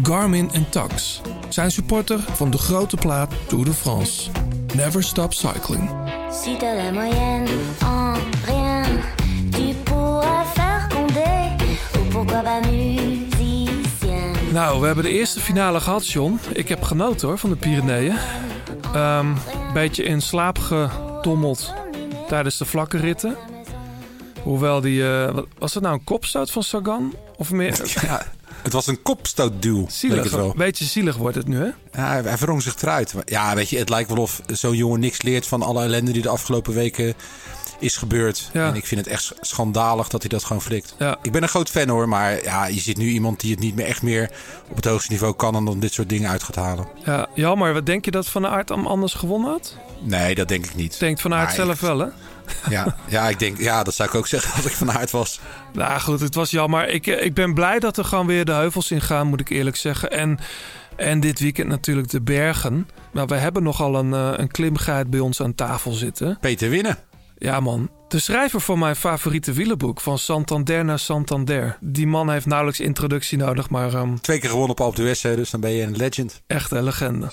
Garmin en Tax zijn supporter van de grote plaat Tour de France. Never Stop Cycling. Si t'as la moyenne en rien, tu pourras faire Condé, ou pourquoi pas musicien. Nou, we hebben de eerste finale gehad, John. Ik heb genoten hoor, van de Pyreneeën. Beetje in slaap gedommeld tijdens de vlakke ritten. Hoewel die... was het nou een kopstoot van Sagan? Of meer... Ja, het was een kopstootduw. Zielig. Een beetje zielig wordt het nu, hè? Ja, hij wrong zich eruit. Ja, weet je, het lijkt wel of zo'n jongen niks leert van alle ellende die de afgelopen weken is gebeurd. Ja. En ik vind het echt schandalig dat hij dat gewoon flikt. Ja. Ik ben een groot fan hoor, maar ja, je ziet nu iemand die het niet meer echt meer op het hoogste niveau kan en dan dit soort dingen uit gaat halen. Ja, jammer. Wat denk je dat Van Aert anders gewonnen had? Nee, dat denk ik niet. Denkt Van Aert zelf wel, hè? Ja, ik denk, ja, dat zou ik ook zeggen als ik Van Aert was. Nou goed, het was jammer. Ik ben blij dat er gewoon weer de heuvels in gaan, moet ik eerlijk zeggen. En dit weekend natuurlijk de bergen. Maar we hebben nogal een klimguide bij ons aan tafel zitten. Peter Winnen. Ja man, de schrijver van mijn favoriete wielerboek, Van Santander naar Santander. Die man heeft nauwelijks introductie nodig, maar... 2 keer gewonnen op Alpe d'Huez, dus dan ben je een legend. Echt een legende.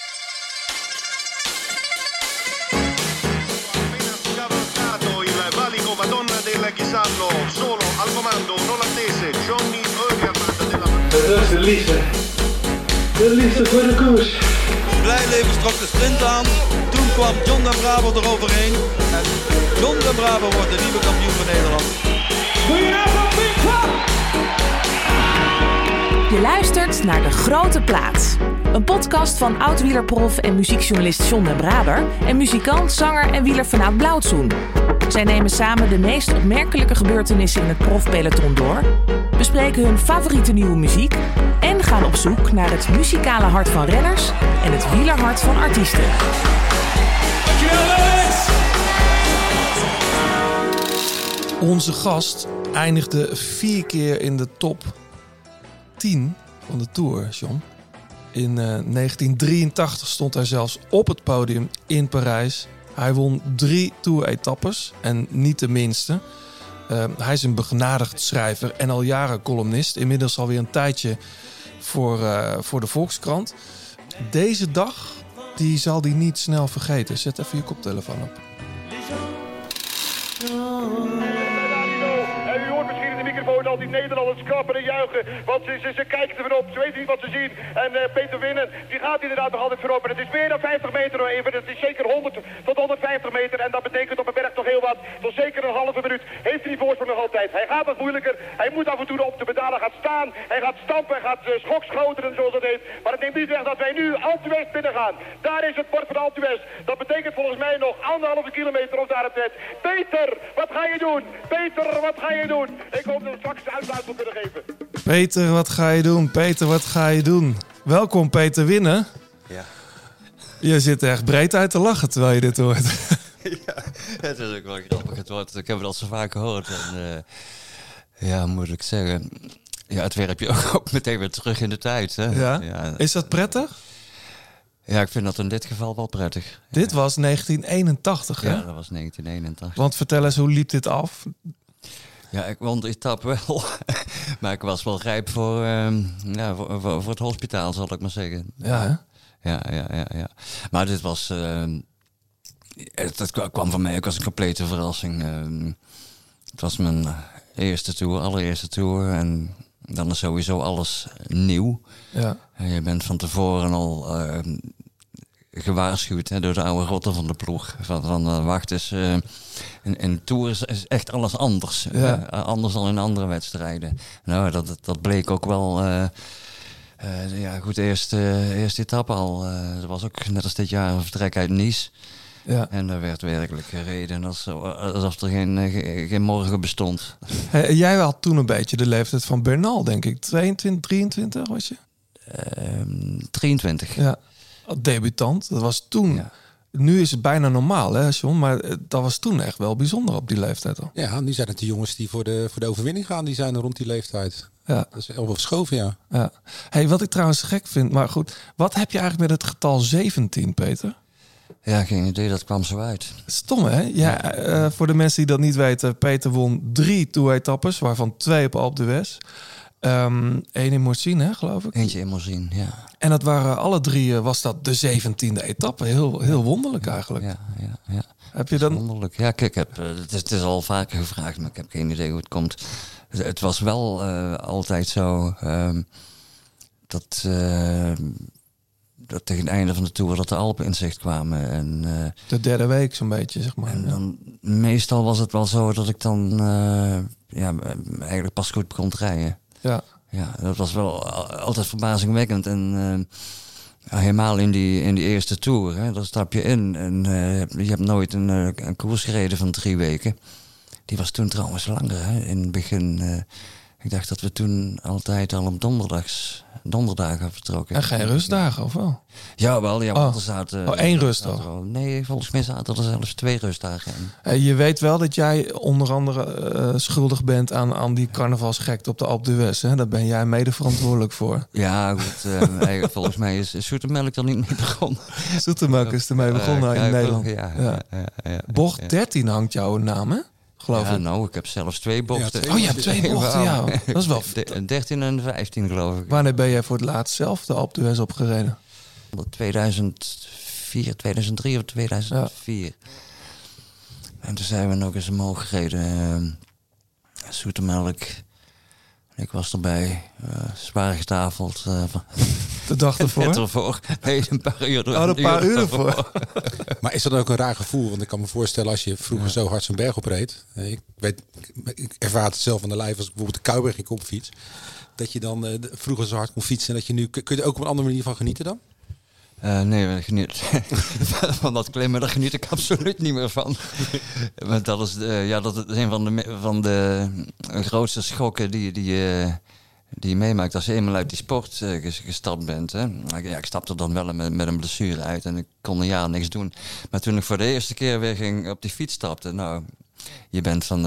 Dat is de liefde voor de koers. Blijleven trok de sprint aan. Toen kwam John den Braber eroverheen. En John den Braber wordt de nieuwe kampioen van Nederland. Je luistert naar De Grote Plaats. Een podcast van oud-wielerprof en muziekjournalist John den Braber en muzikant, zanger en wielerfanaat Blauwtsoen. Zij nemen samen de meest opmerkelijke gebeurtenissen in het profpeloton door, bespreken hun favoriete nieuwe muziek en gaan op zoek naar het muzikale hart van renners en het wielerhart van artiesten. Onze gast eindigde 4 keer in de top 10 van de Tour, John. In 1983 stond hij zelfs op het podium in Parijs. Hij won 3 Tour-etappes en niet de minste. Hij is een begenadigd schrijver en al jaren columnist. Inmiddels alweer een tijdje voor de Volkskrant. Deze dag die zal hij niet snel vergeten. Zet even je koptelefoon op. Al die Nederlanders klappen en juichen, want ze kijken er weer op, ze weten niet wat ze zien. En Peter Winnen, die gaat inderdaad nog altijd voorop. En het is meer dan 50 meter, even. Het is zeker 100 tot 150 meter. En dat betekent op een berg toch heel wat. Tot zeker een halve minuut heeft hij die voorsprong nog altijd. Hij gaat wat moeilijker, hij moet af en toe op de pedalen gaan staan. Hij gaat stampen, hij gaat schokschoteren zoals dat heet. Maar het neemt niet weg dat wij nu Alpe d'Huez binnen gaan. Daar is het bord van Alpe d'Huez. Dat betekent volgens mij nog 1,5 kilometer of daar het net. Peter, wat ga je doen? Peter, wat ga je doen? Ik hoop dat we straks de uitlaat kunnen geven. Peter, wat ga je doen? Peter, wat ga je doen? Welkom, Peter Winnen. Ja. Je zit echt breed uit te lachen terwijl je dit hoort. Ja, het is ook wel grappig. Ik heb het al zo vaak gehoord. En, ja, moet ik zeggen. Ja, het werp je ook meteen weer terug in de tijd. Hè? Ja? Ja. Is dat prettig? Ja, ik vind dat in dit geval wel prettig. Dit was 1981, hè? Ja, dat was 1981. Want vertel eens, hoe liep dit af? Ja, ik won de etappe wel. Maar ik was wel rijp voor het hospitaal, zal ik maar zeggen. Ja, hè? Ja. Maar dit was... dat kwam van mij ook als een complete verrassing. Het was mijn allereerste tour. En dan is sowieso alles nieuw. Ja. En je bent van tevoren al gewaarschuwd door de oude rotten van de ploeg. Van wacht eens, in Tour is echt alles anders. Ja. Anders dan in andere wedstrijden. Nou, dat bleek ook wel... goed, de eerste etappe al. Dat was ook net als dit jaar een vertrek uit Nice. Ja. En daar werd werkelijk gereden alsof er geen morgen bestond. Jij had toen een beetje de leeftijd van Bernal, denk ik. 22, 23 was je? 23. Ja, debutant. Dat was toen... Ja. Nu is het bijna normaal, hè, John? Maar dat was toen echt wel bijzonder op die leeftijd al. Ja, nu zijn het de jongens die voor de overwinning gaan. Die zijn rond die leeftijd. Ja. Dat is wel verschoven, ja. Hey, wat ik trouwens gek vind, maar goed. Wat heb je eigenlijk met het getal 17, Peter? Ja, geen idee. Dat kwam zo uit. Stom, hè? Ja, voor de mensen die dat niet weten. Peter won 3 Tour-etappes, waarvan 2 op Alpe d'Huez. Eén in Morzine, hè, geloof ik. Eentje in Morzine, ja. En dat waren alle 3, was dat de 17e etappe. Heel wonderlijk eigenlijk. Ja. Heb je dan... Wonderlijk. Ja, kijk, het is al vaker gevraagd, maar ik heb geen idee hoe het komt. Het was wel altijd zo dat tegen het einde van de Tour dat de Alpen in zicht kwamen. En, de derde week zo'n beetje, zeg maar. En dan, meestal was het wel zo dat ik dan eigenlijk pas goed begon te rijden. Ja, dat was wel altijd verbazingwekkend. En helemaal in die eerste Tour, hè, daar stap je in. En je hebt nooit een koers gereden van 3 weken. Die was toen trouwens langer, hè, in het begin. Ik dacht dat we toen altijd al op donderdagen vertrokken. En geen rustdagen, of wel? Ja, wel. Ja, want er zaten... 1 rustdag? Nee, volgens mij zaten er zelfs 2 rustdagen in. Je weet wel dat jij onder andere schuldig bent aan die carnavalsgekte op de Alpe d'Huez. Daar ben jij mede verantwoordelijk voor. Ja, goed. Volgens mij is Zoetemelk er niet mee begonnen. Zoetemelk is ermee begonnen in Nederland. Ja. Bocht 13 hangt jouw naam, hè? Geloof ik. Nou, ik heb zelfs 2 bochten. Je hebt 2 bochten, ja. Dat is wel... 13 en 15, geloof ik. Wanneer ben jij voor het laatst zelf de Alpe d'Huez opgereden? 2004, 2003 of 2004. Ja. En toen zijn we nog eens omhoog gereden. Zoetemelk. Ik was erbij. Zwaar getafeld. De dag ervoor? Net ervoor. Nee, een paar uur ervoor. Een paar uur ervoor. Maar is dat ook een raar gevoel? Want ik kan me voorstellen als je vroeger zo hard zo'n berg opreed. Ik ervaar het zelf aan de lijf als ik bijvoorbeeld de Kuiberg op fiets. Dat je dan vroeger zo hard kon fietsen. En dat je nu... Kun je er ook op een andere manier van genieten dan? Nee, van dat klimmen, daar geniet ik absoluut niet meer van. Want dat is een van de grootste schokken die je meemaakt als je eenmaal uit die sport gestapt bent. Hè. Ja, ik stapte dan wel met een blessure uit en ik kon een jaar niks doen. Maar toen ik voor de eerste keer weer ging op die fiets stapte, nou, je bent van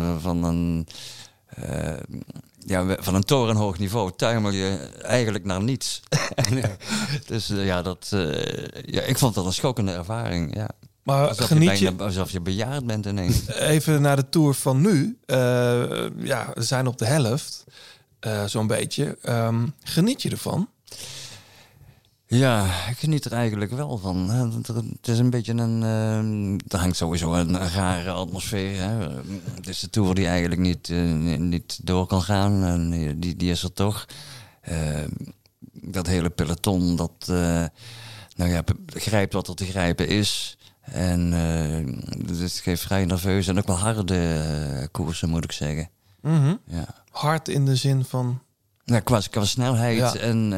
een torenhoog niveau tuimel je eigenlijk naar niets. Dus ik vond dat een schokkende ervaring. Ja. Maar alsof je bejaard bent ineens. Even naar de Tour van nu. We zijn op de helft, zo'n beetje. Geniet je ervan? Ja, ik geniet er eigenlijk wel van. Het is een beetje er hangt sowieso een rare atmosfeer. Hè. Het is de Tour die eigenlijk niet door kan gaan. En die is er toch. Dat hele peloton, dat grijpt wat er te grijpen is. En het geeft vrij nerveus en ook wel harde koersen, moet ik zeggen. Mm-hmm. Ja. Hard in de zin van... Ja, qua snelheid en...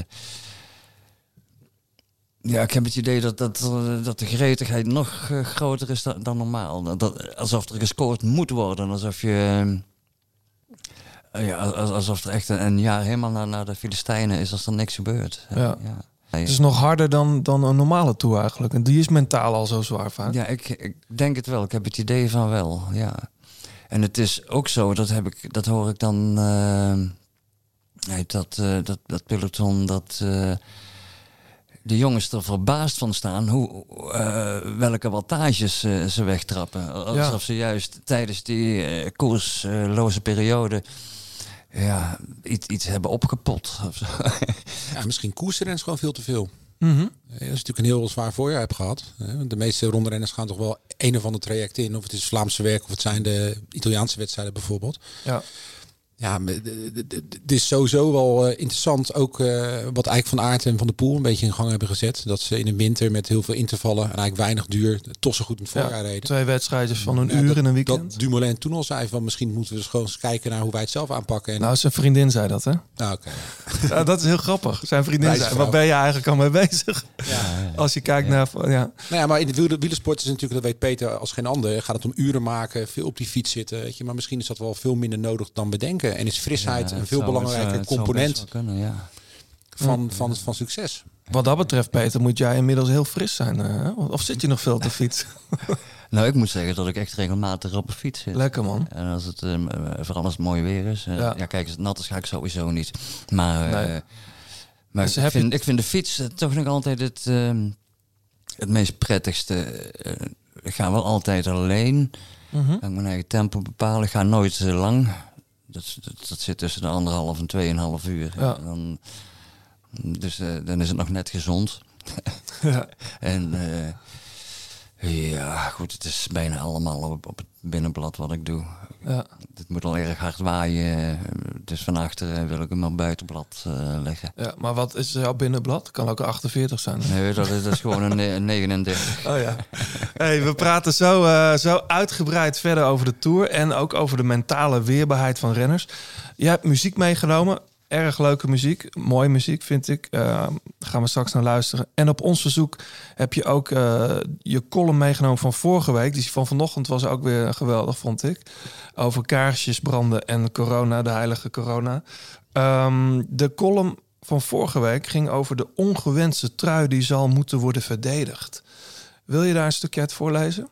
ik heb het idee dat de gretigheid nog groter is dan normaal. Alsof er gescoord moet worden. Alsof er echt een jaar helemaal naar de Filistijnen is als er niks gebeurt. Ja. Het is nog harder dan een normale Tour eigenlijk. En die is mentaal al zo zwaar vaak. Ja, ik denk het wel. Ik heb het idee van wel, ja. En het is ook zo, dat hoor ik dan... dat peloton, de jongens er verbaasd van staan welke wattages ze wegtrappen. Alsof ze juist tijdens die koersloze periode iets hebben opgepot. Of zo. Ja, misschien koersrenners gewoon veel te veel. Mm-hmm. Dat is natuurlijk een heel zwaar voorjaar heb gehad. De meeste rondrenners gaan toch wel een of ander traject in. Of het is Vlaamse werk of het zijn de Italiaanse wedstrijden bijvoorbeeld. Ja. Ja, het is sowieso wel interessant. Ook wat Eik van Aert en Van der Poel een beetje in gang hebben gezet. Dat ze in de winter met heel veel intervallen en eigenlijk weinig duur toch zo goed in het voorjaar reden. 2 wedstrijdjes van een uur in een weekend. Dat Dumoulin toen al zei van misschien moeten we dus gewoon eens kijken naar hoe wij het zelf aanpakken. Nou, zijn vriendin zei dat, hè? Ah, oké. Ja, dat is heel grappig. Zijn vriendin zei, wat ben je eigenlijk al mee bezig? Ja. Als je kijkt naar... Ja. Nou ja, maar in de wielersport is natuurlijk, dat weet Peter als geen ander, gaat het om uren maken, veel op die fiets zitten. Weet je, maar misschien is dat wel veel minder nodig dan bedenken. En is frisheid een veel belangrijker component van succes. Wat dat betreft, Peter, moet jij inmiddels heel fris zijn. Of zit je nog veel op de fiets? Nou, ik moet zeggen dat ik echt regelmatig op een fiets zit. Lekker, man. En als het, vooral als het mooi weer is. Kijk, als het nat is, ga ik sowieso niet. Maar, maar dus ik vind de fiets toch nog altijd het meest prettigste. Ik ga wel altijd alleen. Mm-hmm. Kan ik mijn eigen tempo bepalen. Ik ga nooit lang. Dat zit tussen de 1,5 en 2,5 uur. Ja. Dan is het nog net gezond. Ja. En goed, het is bijna allemaal op het binnenblad wat ik doe. Ja. Het moet al erg hard waaien. Dus van achter wil ik hem op buitenblad leggen. Ja, maar wat is jouw binnenblad? Kan ook een 48 zijn. Nee, dat is gewoon een 39. Oh ja. Hey, we praten zo uitgebreid verder over de Tour en ook over de mentale weerbaarheid van renners. Je hebt muziek meegenomen. Erg leuke muziek. Mooie muziek, vind ik. Daar gaan we straks naar luisteren. En op ons verzoek heb je ook je column meegenomen van vorige week. Die van vanochtend was ook weer geweldig, vond ik. Over kaarsjes branden en corona, de heilige corona. De column van vorige week ging over de ongewenste trui die zal moeten worden verdedigd. Wil je daar een stukje uit voorlezen?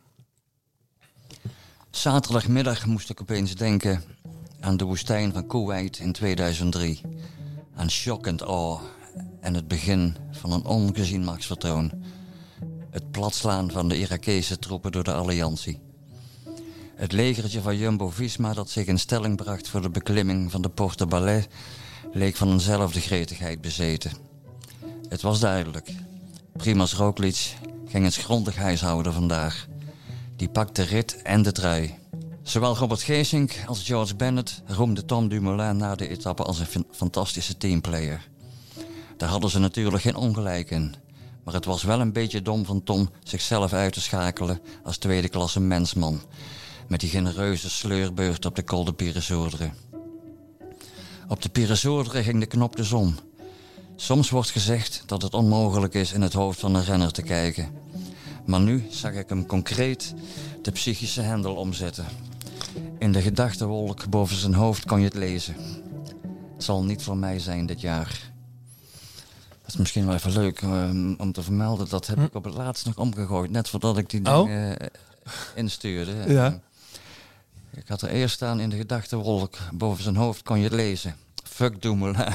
Zaterdagmiddag moest ik opeens denken aan de woestijn van Kuwait in 2003. Aan shock and awe en het begin van een ongezien machtsvertoon. Het platslaan van de Irakese troepen door de alliantie. Het legertje van Jumbo-Visma dat zich in stelling bracht voor de beklimming van de Porte Balais leek van eenzelfde gretigheid bezeten. Het was duidelijk. Primož Roglič ging eens grondig huishouden vandaag. Die pakte de rit en de trui. Zowel Robert Geesink als George Bennett roemden Tom Dumoulin na de etappe als een fantastische teamplayer. Daar hadden ze natuurlijk geen ongelijk in. Maar het was wel een beetje dom van Tom zichzelf uit te schakelen als tweede klasse mensman. Met die genereuze sleurbeurt op de Col de Pire-Sourdre. Op de Pire-Sourdre ging de knop dus om. Soms wordt gezegd dat het onmogelijk is in het hoofd van een renner te kijken. Maar nu zag ik hem concreet de psychische hendel omzetten. In de gedachtenwolk boven zijn hoofd kon je het lezen. Het zal niet voor mij zijn dit jaar. Dat is misschien wel even leuk om te vermelden. Dat heb ik op het laatst nog omgegooid. Net voordat ik die dingen instuurde. Ja. Ik had er eerst staan: in de gedachtenwolk boven zijn hoofd kon je het lezen. Fuck Dumoulin.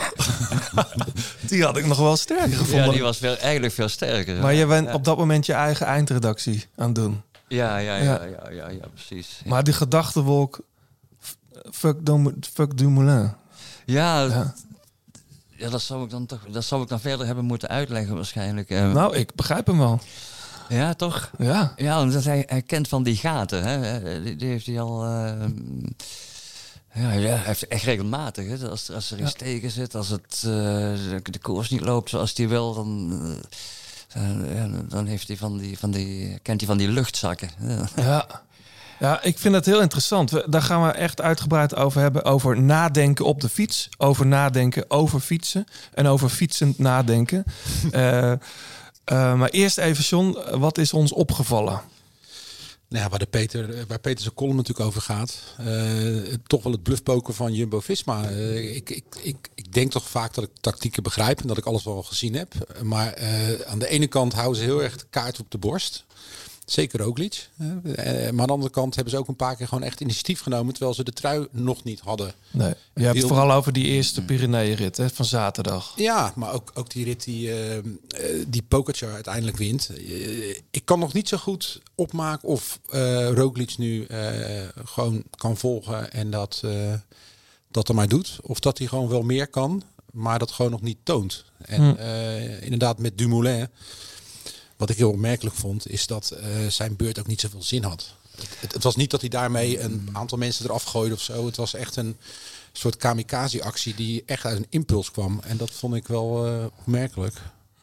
Die had ik nog wel sterker gevonden. Ja, die was eigenlijk veel sterker. Maar je bent op dat moment je eigen eindredactie aan het doen. Ja, precies. Maar die gedachtenwolk, fuck Dumoulin. Ja, dat zou ik dan verder hebben moeten uitleggen waarschijnlijk. Nou, ik begrijp hem wel. Ja, toch? Ja. Ja, omdat hij kent van die gaten. Hè. Die heeft hij al... hij heeft echt regelmatig. Hè. Als er iets tegen zit, als het de koers niet loopt zoals hij wil, dan heeft hij kent hij van die luchtzakken. Ja, ik vind het heel interessant. Daar gaan we echt uitgebreid over hebben. Over nadenken op de fiets. Over nadenken over fietsen. En over fietsend nadenken. Maar eerst even, John, wat is ons opgevallen? Nou ja, waar Peter zijn column natuurlijk over gaat. Toch wel het bluffpoker van Jumbo-Visma. Ik denk toch vaak dat ik tactieken begrijp en dat ik alles wel gezien heb. Maar aan de ene kant houden ze heel erg de kaart op de borst. Zeker Roglič. Maar aan de andere kant hebben ze ook een paar keer gewoon echt initiatief genomen, terwijl ze de trui nog niet hadden. Nee, je hebt het vooral over die eerste Pyreneeënrit van zaterdag. Ja, maar ook die rit die Pogačar uiteindelijk wint. Ik kan nog niet zo goed opmaken of Roglič nu gewoon kan volgen en dat er maar doet. Of dat hij gewoon wel meer kan, maar dat gewoon nog niet toont. En inderdaad met Dumoulin, wat ik heel opmerkelijk vond, is dat zijn beurt ook niet zoveel zin had. Het was niet dat hij daarmee een aantal mensen eraf gooide of zo. Het was echt een soort kamikaze-actie die echt uit een impuls kwam. En dat vond ik wel opmerkelijk.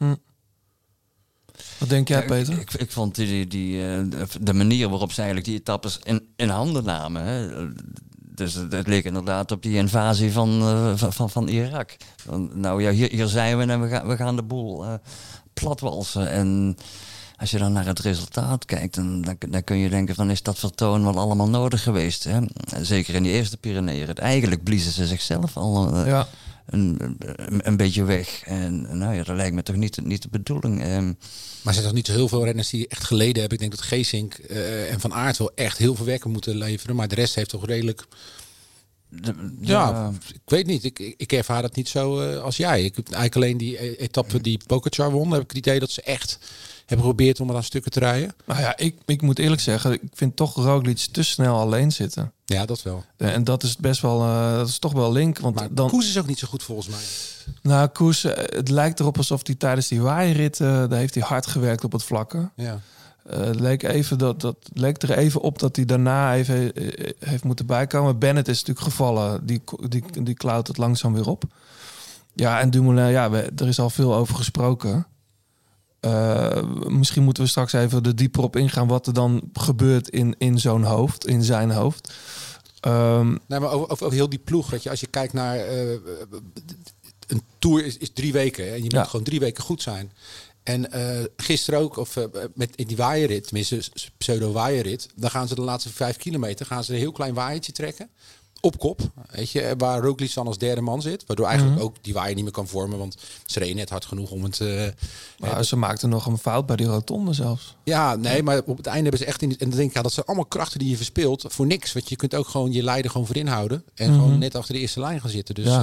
Wat denk jij, Peter? Ik vond de manier waarop ze eigenlijk die etappes in handen namen. Hè. Dus het leek inderdaad op die invasie van Irak. Nou ja, hier zijn we en we gaan de boel platwalsen. En als je dan naar het resultaat kijkt, dan kun je denken van, is dat vertoon wel allemaal nodig geweest? Hè? Zeker in die eerste Pyreneeën. Eigenlijk bliezen ze zichzelf al een beetje weg. En nou ja, dat lijkt me toch niet de bedoeling. Maar er zijn toch niet zo heel veel renners die echt geleden hebben. Ik denk dat Geesink en Van Aert wel echt heel veel werk moeten leveren. Maar de rest heeft toch redelijk Ik weet niet. Ik ervaar dat niet zo als jij. Ik heb eigenlijk alleen die etappe die Pogačar won. Heb ik het idee dat ze echt hebben geprobeerd om er aan stukken te rijden. Nou ja, ik moet eerlijk zeggen, ik vind toch Roglic te snel alleen zitten. Ja, dat wel. En dat is best wel, dat is toch wel link. Want maar dan Koes is ook niet zo goed volgens mij. Nou, Koes, het lijkt erop alsof hij tijdens die waaierrit, daar heeft hij hard gewerkt op het vlakke. Ja. Het leek er even op dat hij daarna even heeft moeten bijkomen. Bennett is natuurlijk gevallen. Die klauwt het langzaam weer op. Ja, en Dumoulin, er is al veel over gesproken. Misschien moeten we straks even er dieper op ingaan wat er dan gebeurt in zo'n hoofd, in zijn hoofd. Nee, maar over heel die ploeg, weet je, als je kijkt naar een Tour is 3 weken. Hè, en je moet gewoon 3 weken goed zijn. En gisteren ook, met in die waaierrit, tenminste pseudo-waaierrit, dan gaan ze de laatste 5 kilometer een heel klein waaiertje trekken. Op kop, weet je, waar Roglic dan als derde man zit. Waardoor eigenlijk ook die waaier niet meer kan vormen, want ze reden net hard genoeg om het... ze maakten nog een fout bij die rotonde zelfs. Ja, nee, maar op het einde hebben ze echt... En dan denk ik, dat zijn allemaal krachten die je verspilt voor niks. Want je kunt ook gewoon je leider gewoon voorin houden. En gewoon net achter de eerste lijn gaan zitten. Dus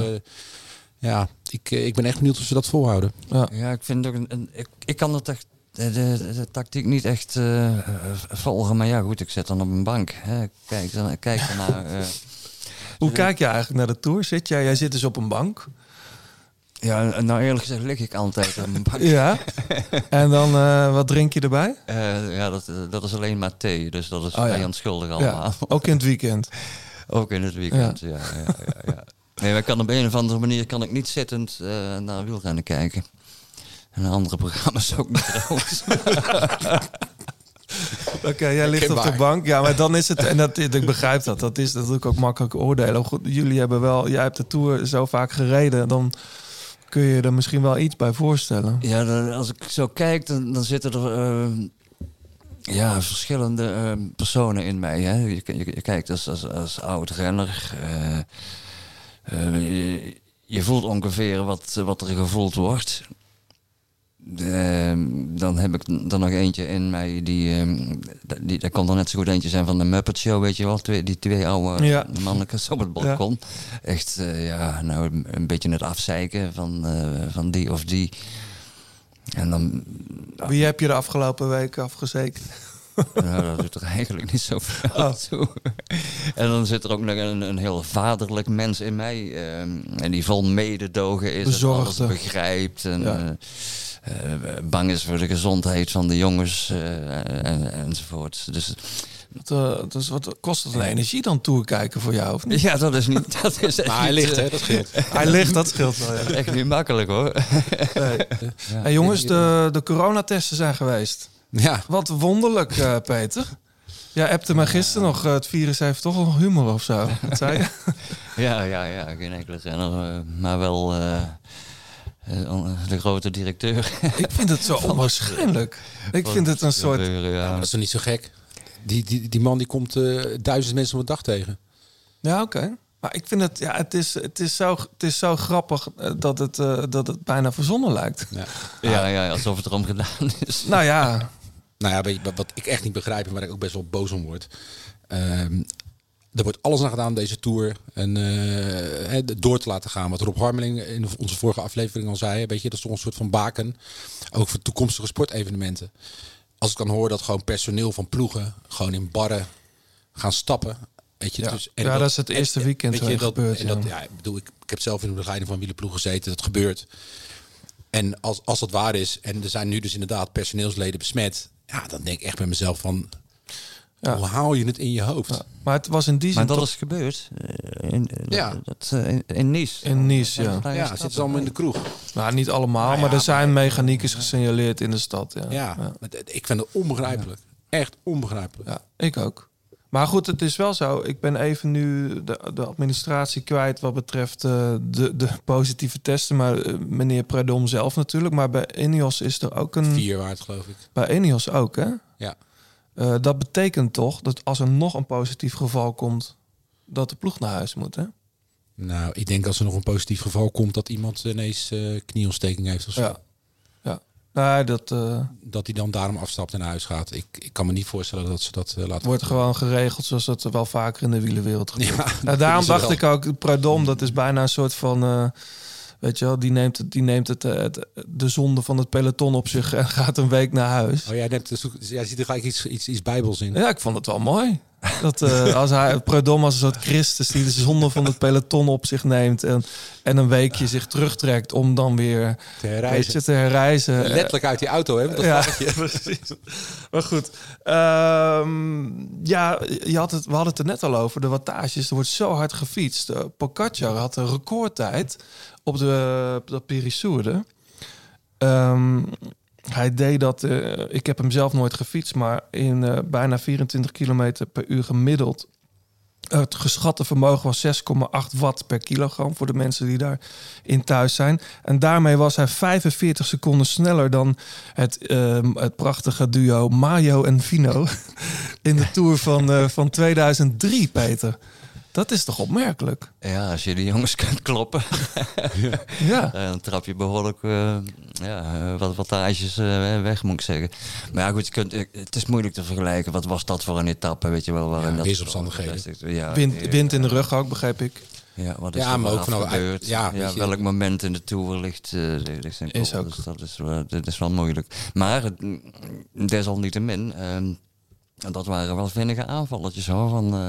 ik ben echt benieuwd of ze dat volhouden. Ja, ik vind ook ik kan het echt de tactiek niet echt volgen. Maar ja, goed, ik zit dan op een bank. Hè. Kijk ernaar. Hoe kijk je eigenlijk naar de Tour? Jij zit dus op een bank. Ja, nou eerlijk gezegd lig ik altijd op een bank. Ja. En dan wat drink je erbij? Dat is alleen maar thee. Dus dat is vrij onschuldig allemaal. Ja, ook in het weekend. Ook in het weekend, ja. Nee, maar kan op een of andere manier kan ik niet zittend naar wielrennen kijken. En andere programma's ook niet trouwens. Oké, jij ligt op de bank. Ja, maar dan is het... En ik begrijp dat. Dat is natuurlijk ook makkelijk oordelen. Goed, jij hebt de Tour zo vaak gereden. Dan kun je er misschien wel iets bij voorstellen. Ja, als ik zo kijk, dan zitten er verschillende personen in mij. Hè. Je kijkt als oud renner. Je voelt ongeveer wat er gevoeld wordt. Dan heb ik er nog eentje in mij daar kon er net zo goed eentje zijn van de Muppet Show, weet je wel, die 2 oude mannetjes op het balkon. Ja. Echt, een beetje het afzeiken van die of die. En dan... Wie heb je de afgelopen weken afgezeikt? Nou, dat doet er eigenlijk niet zoveel toe. En dan zit er ook nog een heel vaderlijk mens in mij. En die vol mededogen is. Bezorgd. En alles begrijpt. En bang is voor de gezondheid van de jongens. Enzovoort. Dus wat kost het een energie dan toekijken voor jou, of niet? Ja, dat is niet... Dat is echt maar hij ligt, hè? Dat scheelt. Hij ligt, dat scheelt wel, ja. Echt niet makkelijk, hoor. Nee. Hey, jongens, de coronatesten zijn geweest. Ja. Wat wonderlijk, Peter. Ja, appte mij gisteren nog. Het virus heeft toch wel humor of zo. Wat zei je? Ja. Geen enkele renner. Maar wel de grote directeur. Ik vind het zo onwaarschijnlijk. Ik vind het een soort... Ja, dat is toch niet zo gek? Die man die komt 1000 mensen op een dag tegen. Ja, oké. Maar ik vind het is zo grappig dat het bijna verzonnen lijkt. Ja, alsof het erom gedaan is. Nou ja. Nou ja, weet je, wat ik echt niet begrijp en waar ik ook best wel boos om word. Er wordt alles aan gedaan deze Tour. En door te laten gaan. Wat Rob Harmeling in onze vorige aflevering al zei. Weet je, dat is toch een soort van baken. Ook voor toekomstige sportevenementen. Als ik dan hoor dat gewoon personeel van ploegen gewoon in barren gaan stappen. Weet je, dus, dat is het eerste weekend gebeurd. Ik heb zelf in de begeleiding van wielerploegen gezeten. Dat gebeurt. En als dat waar is, en er zijn nu dus inderdaad personeelsleden besmet. Ja, dan denk ik echt bij mezelf van... Hoe haal je het in je hoofd? Ja, maar het was in die zin... Maar dat is gebeurd. In Nice. In Nice, ja. Ja, zitten ze allemaal in de kroeg. Nou, niet allemaal, maar er zijn mechaniekers gesignaleerd in de stad. Ja. Maar ik vind het onbegrijpelijk. Ja. Echt onbegrijpelijk. Ja, ik ook. Maar goed, het is wel zo. Ik ben even nu de administratie kwijt wat betreft de positieve testen. Maar meneer Predom zelf natuurlijk. Maar bij Ineos is er ook een... 4 waard, geloof ik. Bij Ineos ook, hè? Ja. Dat betekent toch dat als er nog een positief geval komt, dat de ploeg naar huis moet, hè? Nou, ik denk als er nog een positief geval komt, dat iemand ineens knieontsteking heeft of zo. Ja. Nee, dat hij dan daarom afstapt en naar huis gaat. Ik kan me niet voorstellen dat ze dat laten. Wordt gewoon geregeld zoals dat wel vaker in de wielerwereld gebeurt. Ja, daarom dacht ik ook, Prudhomme, dat is bijna een soort van... weet je wel, die neemt de zonde van het peloton op zich en gaat een week naar huis. Oh, jij ziet er gelijk iets bijbels in. Ja, ik vond het wel mooi. Dat Prudhomme als een soort Christus die de zonde van het peloton op zich neemt en een weekje zich terugtrekt om dan weer te herreizen. Letterlijk uit die auto, hè? Dat ja, precies. Maar goed. We hadden het er net al over. De wattages, er wordt zo hard gefietst. Pogacar had een recordtijd op de Périssourde. Hij deed dat, ik heb hem zelf nooit gefietst, maar in bijna 24 kilometer per uur gemiddeld. Het geschatte vermogen was 6,8 watt per kilogram voor de mensen die daarin thuis zijn. En daarmee was hij 45 seconden sneller dan het prachtige duo Mayo en Vino in de Tour van 2003, Peter. Dat is toch opmerkelijk? Ja, als je die jongens kunt kloppen. Ja. Dan trap je behoorlijk wat wattages weg, moet ik zeggen. Maar ja, goed, het is moeilijk te vergelijken. Wat was dat voor een etappe, weet je wel? Waarin weersomstandigheden. Ja, wind in de rug ook, begrijp ik. Ja, wat is er ook gebeurd? Welk moment in de Tour ligt zijn is ook. Dus dat is wel moeilijk. Maar desalniettemin, dat waren wel vinnige aanvalletjes hoor,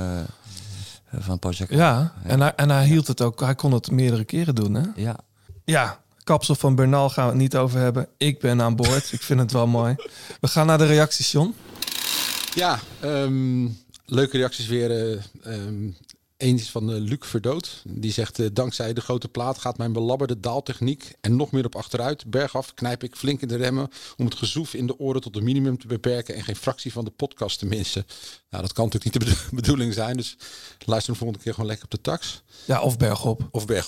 van Pogacar. Ja, en hij hield het ook. Hij kon het meerdere keren doen, hè? Ja. Ja, kapsel van Bernal gaan we het niet over hebben. Ik ben aan boord. Ik vind het wel mooi. We gaan naar de reacties, John. Ja, leuke reacties weer. Eén is van Luc Verdood. Die zegt, dankzij de grote plaat gaat mijn belabberde daaltechniek en nog meer op achteruit. Bergaf knijp ik flink in de remmen om het gezoef in de oren tot een minimum te beperken en geen fractie van de podcast te missen. Nou, dat kan natuurlijk niet de bedoeling zijn, dus luister de volgende keer gewoon lekker op de tax. Ja, of bergop.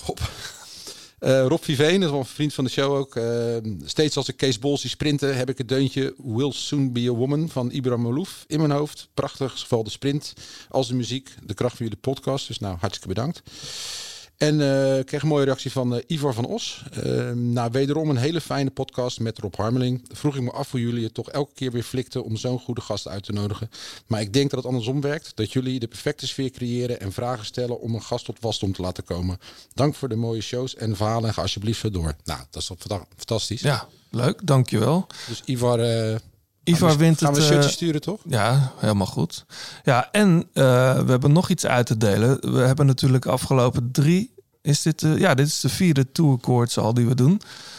Rob Viveen, dat is wel een vriend van de show ook. Steeds als ik Kees Bol zie sprinten, heb ik het deuntje Will Soon Be a Woman van Ibrahim Malouf in mijn hoofd. Prachtig, zowel de sprint als de muziek. De kracht van jullie podcast. Dus nou, hartstikke bedankt. En ik kreeg een mooie reactie van Ivar van Os. Wederom een hele fijne podcast met Rob Harmeling. Vroeg ik me af hoe jullie het toch elke keer weer flikten om zo'n goede gast uit te nodigen. Maar ik denk dat het andersom werkt. Dat jullie de perfecte sfeer creëren en vragen stellen om een gast tot wasdom te laten komen. Dank voor de mooie shows en verhalen en ga alsjeblieft zo door. Nou, dat is toch fantastisch. Ja, leuk. Dankjewel. Dus Ivar wint het. Gaan we een shirtje sturen, toch? Ja, helemaal goed. Ja, en we hebben nog iets uit te delen. We hebben natuurlijk afgelopen 3... dit is de 4e tourkoorts al die we doen.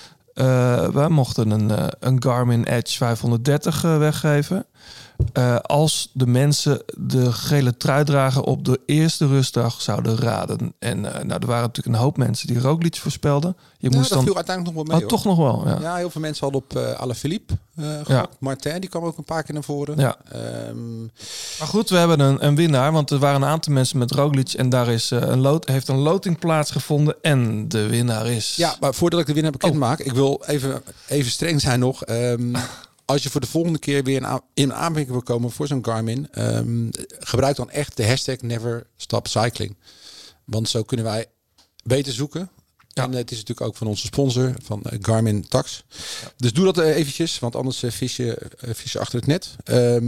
We mochten een Garmin Edge 530 weggeven. Als de mensen de gele trui dragen op de eerste rustdag zouden raden. En er waren natuurlijk een hoop mensen die Roglic voorspelden. Dat viel uiteindelijk nog wel mee. Toch nog wel, ja. Ja, heel veel mensen hadden op Alaphilippe Martin, die kwam ook een paar keer naar voren. Ja. Maar goed, we hebben een winnaar. Want er waren een aantal mensen met Roglic. En daar is heeft een loting plaatsgevonden. En de winnaar is... Ja, maar voordat ik de winnaar bekend maak, ik wil even streng zijn nog. Als je voor de volgende keer weer in aanmerking wil komen voor zo'n Garmin, gebruik dan echt de hashtag Never Stop Cycling. Want zo kunnen wij beter zoeken. Ja. En het is natuurlijk ook van onze sponsor, van Garmin Tax. Ja. Dus doe dat eventjes, want anders vis je achter het net.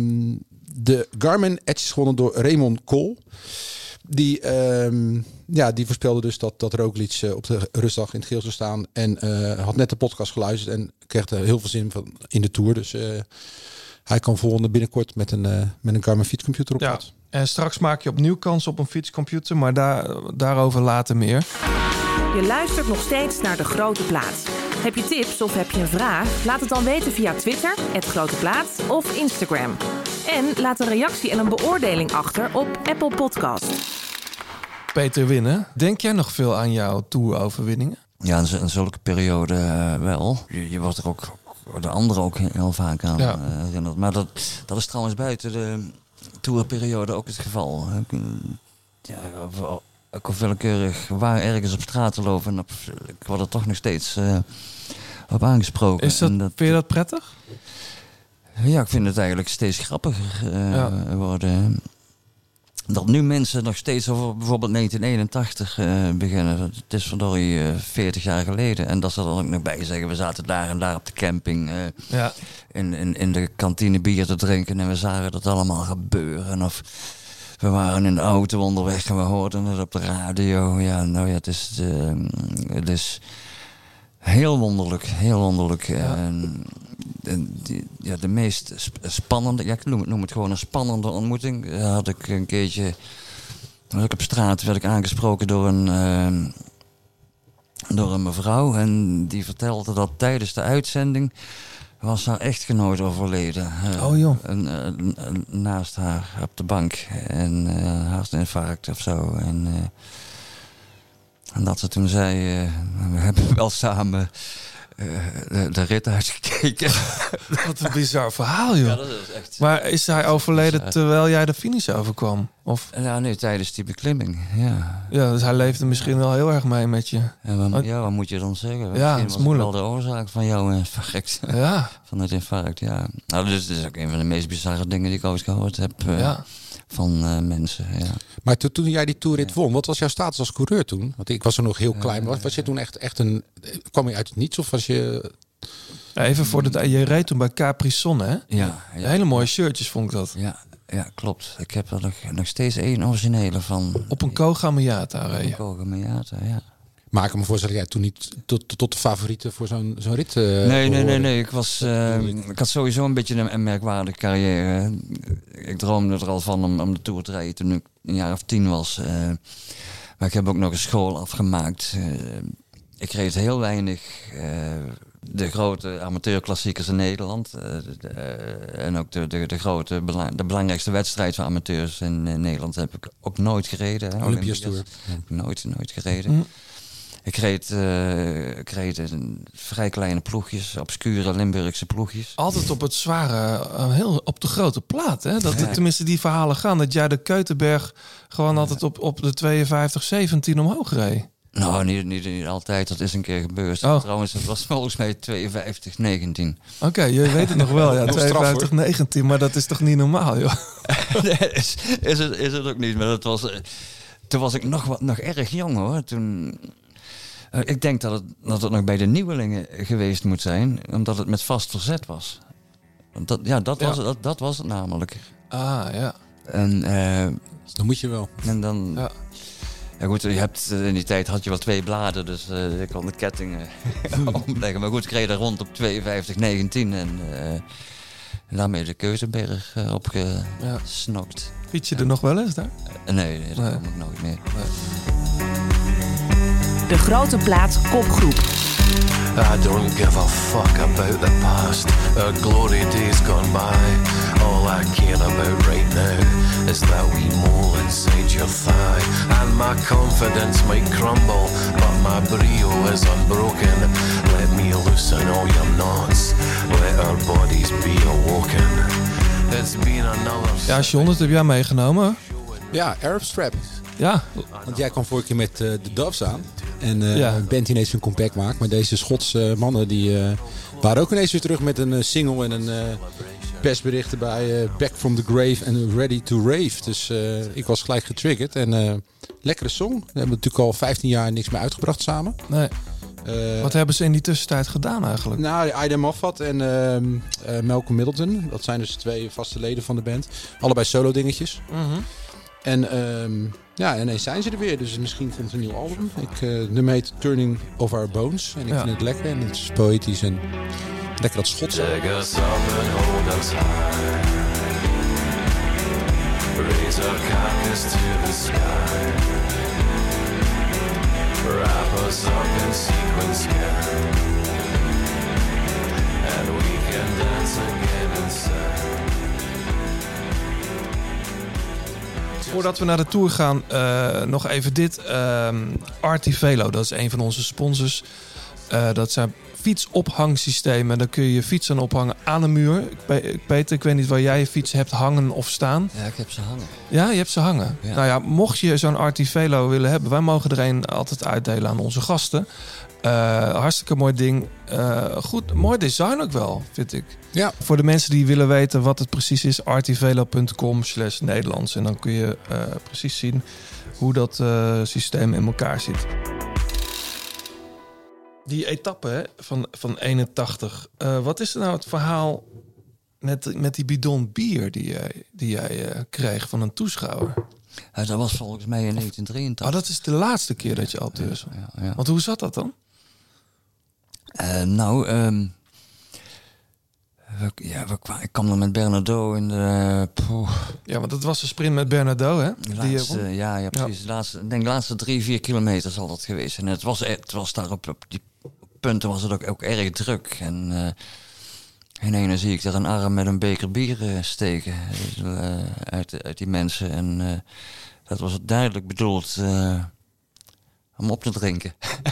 De Garmin Edge is gewonnen door Raymond Kool. Die voorspelde dus dat Roglic op de rustdag in het geel zou staan. En had net de podcast geluisterd en kreeg er heel veel zin van in de Tour. Dus hij kan volgende binnenkort met een Garmin fietscomputer op pad. En straks maak je opnieuw kans op een fietscomputer, maar daarover later meer. Je luistert nog steeds naar De Grote Plaats. Heb je tips of heb je een vraag? Laat het dan weten via Twitter, @groteplaats of Instagram. En laat een reactie en een beoordeling achter op Apple Podcast. Peter Winnen, denk jij nog veel aan jouw Tour-overwinningen? Ja, in zulke periode wel. Je wordt er ook de anderen ook heel vaak aan herinnerd. Maar dat is trouwens buiten de Tourperiode ook het geval. Ik of willekeurig waar ergens op straat te lopen en ik word er toch nog steeds op aangesproken. Vind je dat prettig? Ja, ik vind het eigenlijk steeds grappiger worden. dat nu mensen nog steeds over bijvoorbeeld 1981 beginnen. Het is verdorie 40 jaar geleden. En dat ze er dan ook nog bij zeggen, we zaten daar en daar op de camping in de kantine bier te drinken en we zagen dat allemaal gebeuren. Of we waren in de auto onderweg en we hoorden het op de radio. Ja, nou ja, het is heel wonderlijk, heel wonderlijk. Ja. De meest spannende, ik noem het gewoon een spannende ontmoeting. Had ik een keertje, op straat werd ik aangesproken door een mevrouw. En die vertelde dat tijdens de uitzending was haar echtgenoot overleden. Naast haar op de bank. En hartinfarct of zo. En dat ze toen zei, we hebben wel samen de rit uitgekeken. Wat een bizar verhaal, joh. Ja, dat is echt. Maar is hij overleden terwijl jij de finish overkwam? Of? Ja, nee, tijdens die beklimming, ja. Ja, dus hij leefde misschien wel heel erg mee met je. Wat moet je dan zeggen? Ja, het is moeilijk. Wel de oorzaak van jouw infarct. Ja. Van het infarct, ja. Nou, dus het is ook een van de meest bizarre dingen die ik ooit gehoord heb. Van mensen, ja. Maar toen jij die toerrit won, wat was jouw status als coureur toen? Want ik was er nog heel klein. Was je toen echt een... Kwam je uit het niets of was je... Even voor je reed toen bij Capri-Sonne, hè? Ja. Hele mooie shirtjes vond ik dat. Ja, klopt. Ik heb er nog steeds één originele van. Op een Koga Miata reed je. Op een Koga Miata, ja. Maar ik kan me voorstellen, jij toen niet tot de favorieten voor zo'n rit? Nee. Ik had sowieso een beetje een merkwaardige carrière. Ik droomde er al van om de Tour te rijden toen ik een jaar of 10 was. Maar ik heb ook nog een school afgemaakt. Ik reed heel weinig de grote amateurklassiekers in Nederland. En ook de belangrijkste wedstrijd van amateurs in Nederland heb ik ook nooit gereden. Olympisch Tour. Nooit gereden. Ik reed in vrij kleine ploegjes, obscure Limburgse ploegjes. Altijd op het zware, heel op de grote plaat. Hè? Tenminste, die verhalen gaan. Dat jij de Keutenberg gewoon altijd op de 52-17 omhoog reed. Nou, niet altijd. Dat is een keer gebeurd. Trouwens, het was volgens mij 52-19. Oké, je weet het nog wel. Ja, 52-19, maar dat is toch niet normaal, joh? Nee, is het ook niet. Maar toen was ik nog erg jong, hoor. Toen... Ik denk dat het nog bij de nieuwelingen geweest moet zijn, omdat het met vast verzet was. Dat was het namelijk. Ah, ja. En dan moet je wel. En dan... Ja goed, in die tijd had je wel 2 bladen, dus je kon de ketting omleggen. Maar goed, ik reed daar rond op 52-19 en daarmee de Keutenberg opgesnokt. Fiets je er nog wel eens daar? Nee, dat kom ik nooit meer. De Grote Plaat kopgroep. I don't give a fuck about the past or glory days gone by. All I care about right now is that wee mole inside your thigh. And my confidence might crumble, but my brio is unbroken. Let me loosen all your knots, let our bodies be awoken. It's been another... Ja, John, dat heb jij meegenomen. Ja, Arab Strap. Ja. Want jij kwam vorige keer met de Doves aan. En een band die ineens een comeback maakt. Maar deze Schotse mannen die waren ook ineens weer terug met een single en een persbericht erbij. Back from the grave and ready to rave. Dus ik was gelijk getriggerd. En lekkere song. We hebben natuurlijk al 15 jaar niks meer uitgebracht samen. Nee. Wat hebben ze in die tussentijd gedaan eigenlijk? Nou, Aida Moffat en Malcolm Middleton. Dat zijn dus 2 vaste leden van de band. Allebei solo dingetjes. Mm-hmm. En ineens zijn ze er weer. Dus misschien komt een nieuw album. De nummer heet Turning of Our Bones. En ik vind het lekker. En het is poëtisch en lekker dat Schots. Take us up and hold us high. Raise our carcass to the sky. Wrap us up in sequins skin. And we can dance again inside. Voordat we naar de Tour gaan, nog even dit. Artivelo, dat is een van onze sponsors. Dat zijn fietsophangsystemen. Daar kun je je fiets aan ophangen aan een muur. Peter, ik weet niet waar jij je fiets hebt hangen of staan. Ja, ik heb ze hangen. Ja, je hebt ze hangen. Ja. Nou ja, mocht je zo'n Artivelo willen hebben... wij mogen er een altijd uitdelen aan onze gasten. Hartstikke mooi ding. Goed, mooi design ook wel, vind ik. Ja. Voor de mensen die willen weten wat het precies is... artivelo.com/Nederlands. En dan kun je precies zien hoe dat systeem in elkaar zit. Die etappe hè, van 81. Wat is er nou het verhaal met die bidon bier die jij kreeg van een toeschouwer? Dat was volgens mij in 1983. Dat is de laatste keer dat je Alpe d'Huez. Ja. Want hoe zat dat dan? Ik kwam dan met Bernardo in de... Ja, want dat was de sprint met Bernardo, hè? Precies. Ik denk de laatste 3-4 kilometer zal dat geweest zijn. En het was daar op die punten was het ook erg druk. En ineens zie ik daar een arm met een beker bier steken uit die mensen. En dat was duidelijk bedoeld om op te drinken.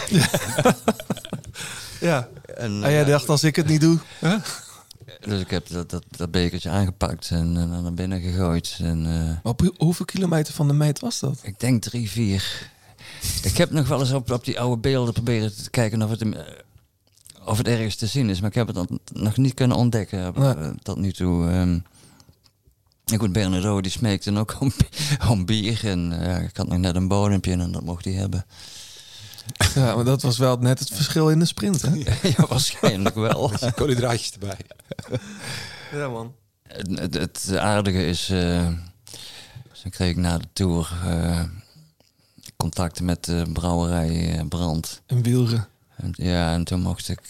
Ja. En jij dacht, als ik het niet doe... Huh? Dus ik heb dat bekertje aangepakt en naar binnen gegooid. Op hoeveel kilometer van de meet was dat? Ik denk 3-4. Ik heb nog wel eens op die oude beelden proberen te kijken of het ergens te zien is. Maar ik heb het nog niet kunnen ontdekken tot nu toe. En goed, Bernardo die smeekte ook om bier. En ik had nog net een bodempje en dat mocht hij hebben. Ja, maar dat was wel net het verschil in de sprint, hè? Ja, waarschijnlijk wel. Met koolhydraatjes erbij. Ja, man. Het aardige is... dan kreeg ik na de Tour contact met de brouwerij Brand. In Wielren. En toen mocht ik...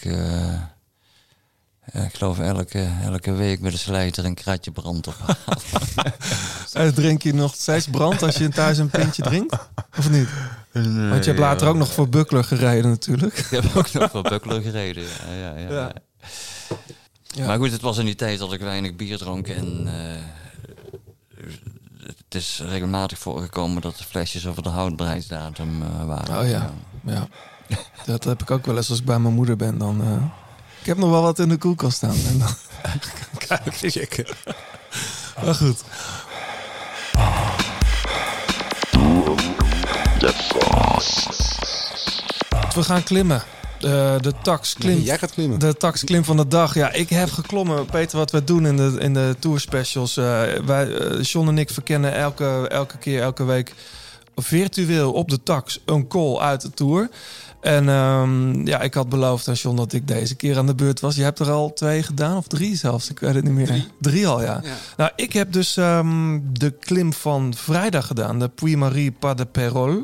ik geloof elke week met de slijter een kratje brand ophalen. Drink je nog steeds brand als je thuis een pintje drinkt? Of niet? Nee, want je hebt later ook nog voor Buckler gereden natuurlijk. Ik heb ook nog voor Buckler gereden, ja. Maar goed, het was in die tijd dat ik weinig bier dronk. En het is regelmatig voorgekomen dat de flesjes over de houdbaarheidsdatum waren. Oh ja. Dat heb ik ook wel eens als ik bij mijn moeder ben. Dan, ik heb nog wel wat in de koelkast staan. En dan kijk ik. Maar goed. We gaan klimmen. De taxklim. Jij gaat klimmen. De taxklim van de dag. Ja, ik heb geklommen. Peter, wat we doen in de tour specials. John en ik verkennen elke week virtueel op de tax een call uit de tour. En ik had beloofd aan John dat ik deze keer aan de beurt was. Je hebt er al 2 gedaan, of 3 zelfs. Ik weet het niet meer. 3 al, ja. Nou, ik heb dus de klim van vrijdag gedaan. De Puy-Marie Pas de Pérol.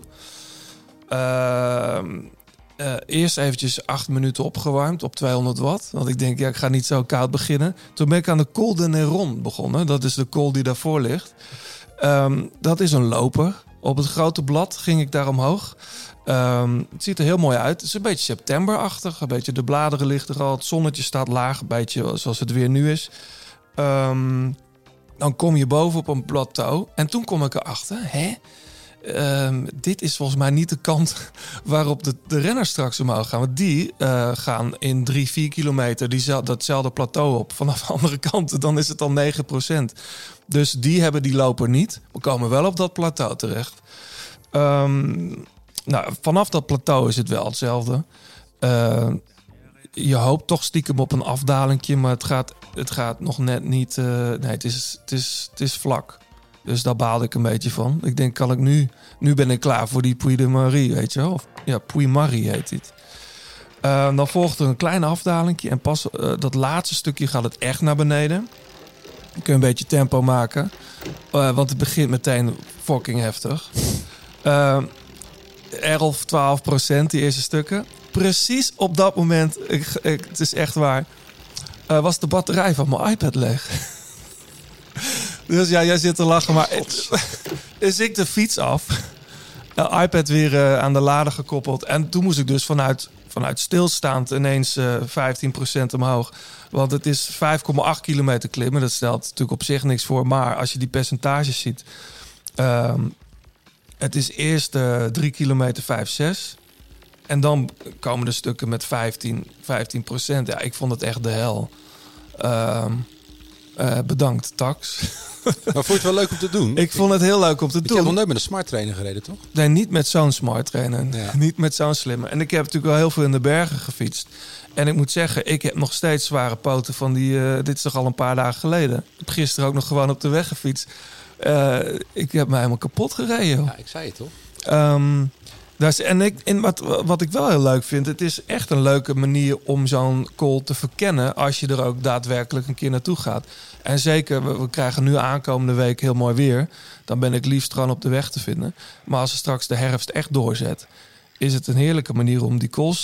Eerst eventjes 8 minuten opgewarmd op 200 watt. Want ik denk, ik ga niet zo koud beginnen. Toen ben ik aan de Col de Néron begonnen. Dat is de col die daarvoor ligt. Dat is een loper. Op het grote blad ging ik daar omhoog. Het ziet er heel mooi uit. Het is een beetje septemberachtig. Een beetje de bladeren liggen er al. Het zonnetje staat laag. Een beetje zoals het weer nu is. Dan kom je boven op een plateau. En toen kom ik erachter. Dit is volgens mij niet de kant waarop de renners straks omhoog gaan. Want die gaan in 3-4 kilometer datzelfde plateau op. Vanaf de andere kant, dan is het al 9%. Dus die hebben die loper niet. We komen wel op dat plateau terecht. Vanaf dat plateau is het wel hetzelfde. Je hoopt toch stiekem op een afdalingje, maar het gaat nog net niet... het is vlak. Dus daar baalde ik een beetje van. Ik denk, kan ik nu ben ik klaar voor die Puy de Marie, weet je wel? Puy-Marie heet dit. Dan volgt er een klein afdalingje. En pas dat laatste stukje gaat het echt naar beneden. Je kunt een beetje tempo maken. Want het begint meteen fucking heftig. 11-12%, die eerste stukken. Precies op dat moment, het is echt waar, was de batterij van mijn iPad leeg. Dus ja, jij zit te lachen, maar is ik de fiets af. iPad weer aan de lader gekoppeld. En toen moest ik dus vanuit stilstaand ineens 15% omhoog. Want het is 5,8 kilometer klimmen. Dat stelt natuurlijk op zich niks voor. Maar als je die percentages ziet. Het is eerst 3 kilometer 5,6. En dan komen de stukken met 15%. Ja, ik vond het echt de hel. Bedankt, Tax. Maar vond je het wel leuk om te doen? Ik vond het heel leuk om te doen. Je hebt nog nooit met een smart trainer gereden, toch? Nee, niet met zo'n smart trainer. Ja. Niet met zo'n slimme. En ik heb natuurlijk wel heel veel in de bergen gefietst. En ik moet zeggen, ik heb nog steeds zware poten van die... dit is toch al een paar dagen geleden. Ik heb gisteren ook nog gewoon op de weg gefietst. Ik heb mij helemaal kapot gereden. Joh. Ja, ik zei het toch? Wat ik wel heel leuk vind, het is echt een leuke manier om zo'n call te verkennen als je er ook daadwerkelijk een keer naartoe gaat. En zeker, we krijgen nu aankomende week heel mooi weer. Dan ben ik liefst gewoon op de weg te vinden. Maar als er straks de herfst echt doorzet, is het een heerlijke manier om die calls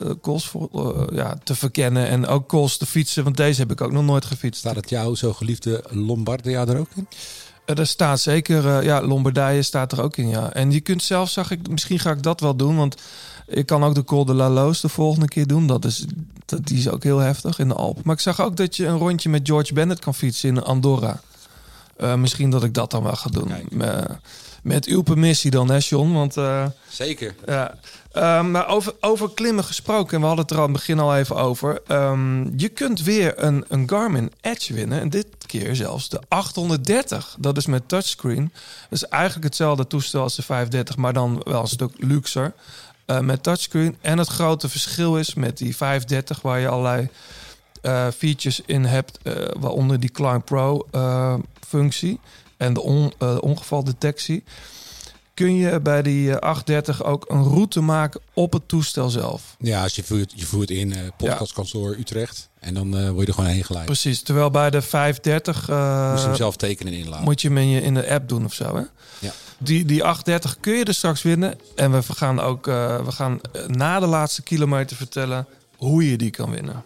te verkennen en ook calls te fietsen. Want deze heb ik ook nog nooit gefietst. Staat het jouw zo geliefde Lombardia er ook in? Er staat zeker, Lombardije staat er ook in, ja. En je kunt zelf, zag ik, misschien ga ik dat wel doen, want ik kan ook de Col de la Loos de volgende keer doen. Die is ook heel heftig in de Alpen. Maar ik zag ook dat je een rondje met George Bennett kan fietsen in Andorra. Misschien dat ik dat dan wel ga doen. Met uw permissie dan, hè, John? Want, zeker. Ja. Maar over klimmen gesproken, en we hadden het er aan het begin al even over. Je kunt weer een Garmin Edge winnen. En dit keer zelfs de 830. Dat is met touchscreen. Dat is eigenlijk hetzelfde toestel als de 530, maar dan wel een stuk luxer. Met touchscreen. En het grote verschil is met die 530, waar je allerlei features in hebt, waaronder die Climb Pro functie en de ongevaldetectie. Kun je bij die 830 ook een route maken op het toestel zelf. Ja, als je voert in podcastkantoor Utrecht en dan word je er gewoon heen geleid. Precies, terwijl bij de 530... Moet je hem zelf tekenen en inladen. Moet je hem in de app doen of zo, hè? Ja. Die 830 kun je er straks winnen. En we gaan na de laatste kilometer vertellen hoe je die kan winnen.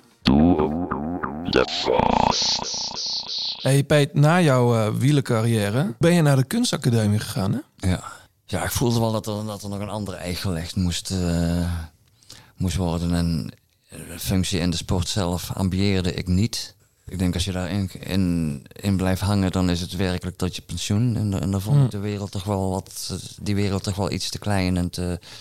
Hey Peet, na jouw wielercarrière ben je naar de kunstacademie gegaan, hè? Ja. Ja, ik voelde wel dat er nog een andere ei gelegd moest worden. En de functie in de sport zelf ambieerde ik niet. Ik denk als je daarin blijft hangen, dan is het werkelijk tot je pensioen. En dan vond ik die wereld toch wel iets te klein en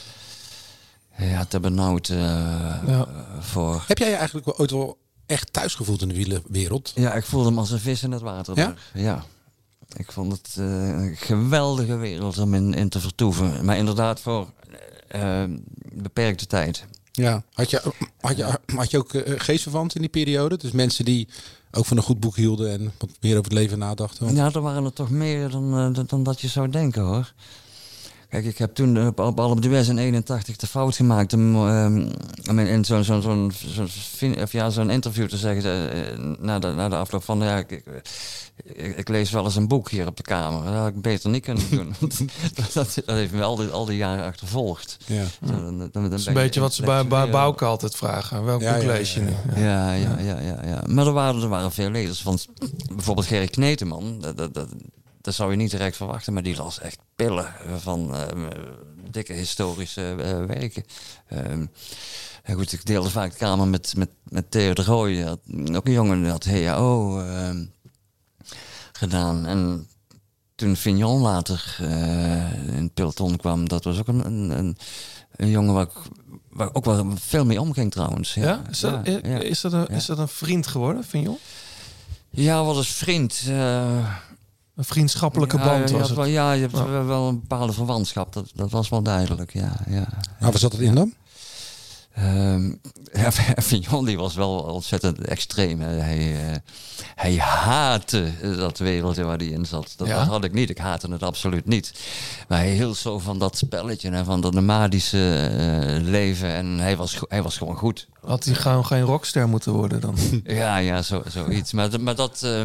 te benauwd voor. Heb jij je eigenlijk ooit wel echt thuis gevoeld in de wielerwereld? Ja, ik voelde me als een vis in het water. Ja? Ja. Ik vond het een geweldige wereld om in te vertoeven. Maar inderdaad voor beperkte tijd. Ja. Had je ook geestverwanten in die periode? Dus mensen die ook van een goed boek hielden en wat meer over het leven nadachten? Ja, er waren er toch meer dan dat je zou denken, hoor. Kijk, ik heb toen op Alpe d'Huez in 81 de fout gemaakt om in zo'n interview te zeggen na de afloop van ik lees wel eens een boek hier op de kamer. Dat had ik beter niet kunnen doen. dat heeft me al die jaren achtervolgd. Ja. Dat is een beetje wat ze bij Bouke altijd vragen. Welk boek lees je nu? Ja. Maar er waren veel lezers. Want bijvoorbeeld Gerrit Kneteman, dat zou je niet direct verwachten, maar die las echt pillen van dikke historische werken. Goed, ik deelde vaak de kamer met Theo de Rooij, ook een jongen die had HAO gedaan. En toen Fignon later in het peloton kwam, dat was ook een jongen waar ook wel veel mee omging trouwens. Ja? Is dat een vriend geworden, Fignon? Ja, wat is vriend? Een vriendschappelijke band was het. Je hebt wel een bepaalde verwantschap. Dat was wel duidelijk, ja. Maar waar zat het in dan? Fignon die was wel ontzettend extreem. Hij haatte dat wereldje waar hij in zat. Dat had ik niet. Ik haatte het absoluut niet. Maar hij hield zo van dat spelletje en van dat nomadische leven. En hij was gewoon goed. Had hij gewoon geen rockster moeten worden dan? Ja, zoiets. Maar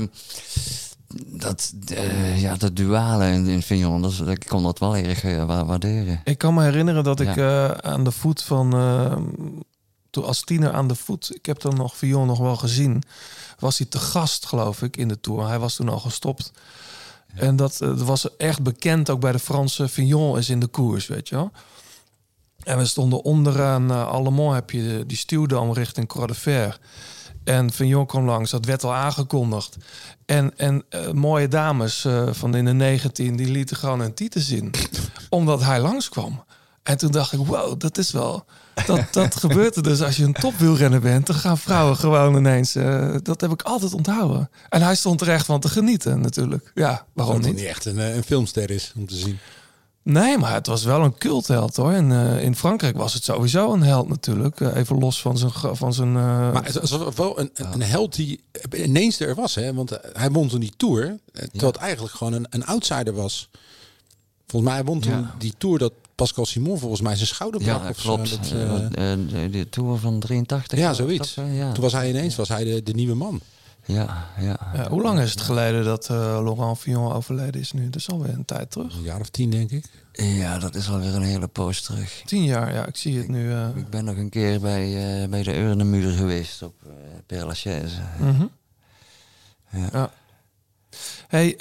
dat duale in Fignon, ik kon dat wel erg waarderen. Ik kan me herinneren dat ik aan de voet van... toen als tiener aan de voet, ik heb dan nog Fignon nog wel gezien, was hij te gast, geloof ik, in de Tour. Hij was toen al gestopt. Ja. En dat was echt bekend ook bij de Fransen. Fignon is in de koers, weet je wel. En we stonden onderaan Allemont, heb je die stuwdam richting Croix de Fer. En Fignon kwam langs, dat werd al aangekondigd. En mooie dames van in de 19, die lieten gewoon hun tieten zien. Omdat hij langskwam. En toen dacht ik, wow, dat is wel dat gebeurt er dus als je een topwielrenner bent. Dan gaan vrouwen gewoon ineens... dat heb ik altijd onthouden. En hij stond er echt van te genieten natuurlijk. Ja, waarom niet? Dat het niet echt een filmster is om te zien. Nee, maar het was wel een cultheld hoor. En in Frankrijk was het sowieso een held natuurlijk. Even los van zijn Maar het was wel een held die ineens er was. Hè? Want hij won toen die Tour. Terwijl het eigenlijk gewoon een outsider was. Volgens mij won toen die Tour dat Pascal Simon volgens mij zijn schouder brak. Ja, klopt. De Tour van 83. Ja, zoiets. Toen was hij ineens de nieuwe man. Ja. Hoe lang is het geleden dat Laurent Fignon overleden is nu? Dat is alweer een tijd terug. Een jaar of 10, denk ik. Ja, dat is alweer een hele poos terug. 10 jaar, ja. Ik zie het nu. Ik ben nog een keer bij de Urnemuur geweest op Père Lachaise. Mm-hmm. Ja. Hey,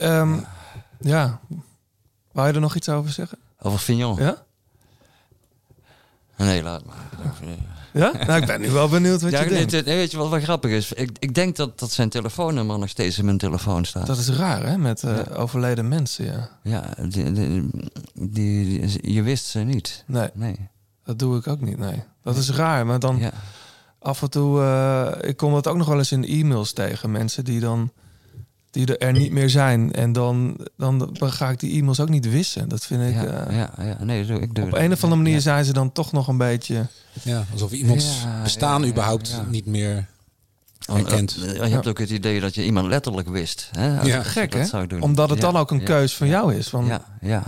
wou je er nog iets over zeggen? Over Fignon? Ja? Nee, laat maar. Ja? Nou, ik ben nu wel benieuwd wat je denkt. Weet je wat wel grappig is? Ik denk dat zijn telefoonnummer nog steeds in mijn telefoon staat. Dat is raar, hè? Met overleden mensen, ja. Ja, je wist ze niet. Nee. Dat doe ik ook niet, nee. Dat is raar, maar dan af en toe... ik kom dat ook nog wel eens in e-mails tegen. Mensen die er niet meer zijn. En dan ga ik die e-mails ook niet wissen. Dat vind ik... Nee, ik doe op een of andere manier zijn ze dan toch nog een beetje... Ja, alsof iemands bestaan überhaupt niet meer herkent. Je hebt ook het idee dat je iemand letterlijk wist. Hè? Ja, gek hè? Omdat het dan ook een keus van jou is. Van,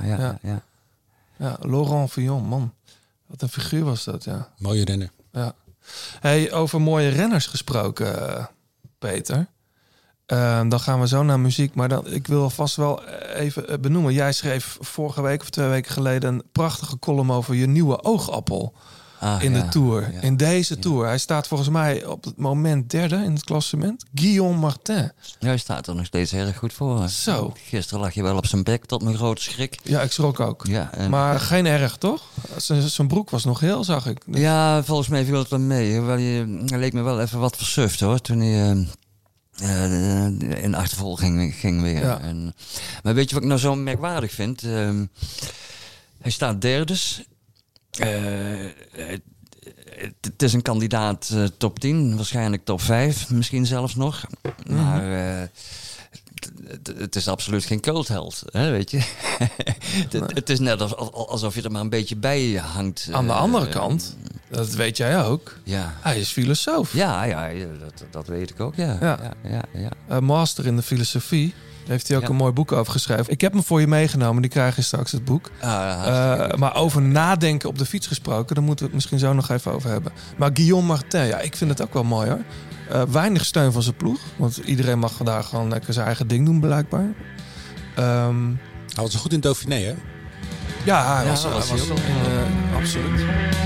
Laurent Fignon, man. Wat een figuur was dat, ja. Mooie renner. Ja. Hey, over mooie renners gesproken, Peter. Dan gaan we zo naar muziek. Maar ik wil alvast wel even benoemen. Jij schreef vorige week of 2 weken geleden... een prachtige column over je nieuwe oogappel in de Tour. Ja. In deze Tour. Hij staat volgens mij op het moment 3e in het klassement. Guillaume Martin. Ja, hij staat er nog steeds erg goed voor. Zo. Gisteren lag je wel op zijn bek, tot mijn grote schrik. Ja, ik schrok ook. Ja, maar geen erg, toch? Zijn broek was nog heel, zag ik. Ja, volgens mij viel het wel mee. Hij leek me wel even wat versuft, hoor. Toen hij... in achtervolging ging weer. Ja. Maar weet je wat ik nou zo merkwaardig vind? Hij staat derdes. Het is een kandidaat top 10, waarschijnlijk top 5, misschien zelfs nog. Maar het is absoluut geen cultheld, hè, weet je. Het is net alsof je er maar een beetje bij hangt. Aan de andere kant, dat weet jij ook. Ja. Hij is filosoof. Ja, dat weet ik ook, ja. Master in de filosofie. Daar heeft hij ook een mooi boek over geschreven. Ik heb hem voor je meegenomen, die krijg je straks, het boek. Maar over nadenken op de fiets gesproken, daar moeten we het misschien zo nog even over hebben. Maar Guillaume Martin, ja, ik vind het ook wel mooi hoor. Weinig steun van zijn ploeg, want iedereen mag daar gewoon lekker zijn eigen ding doen blijkbaar. Hij was goed in Dauphiné, hè? Ja, hij was absoluut.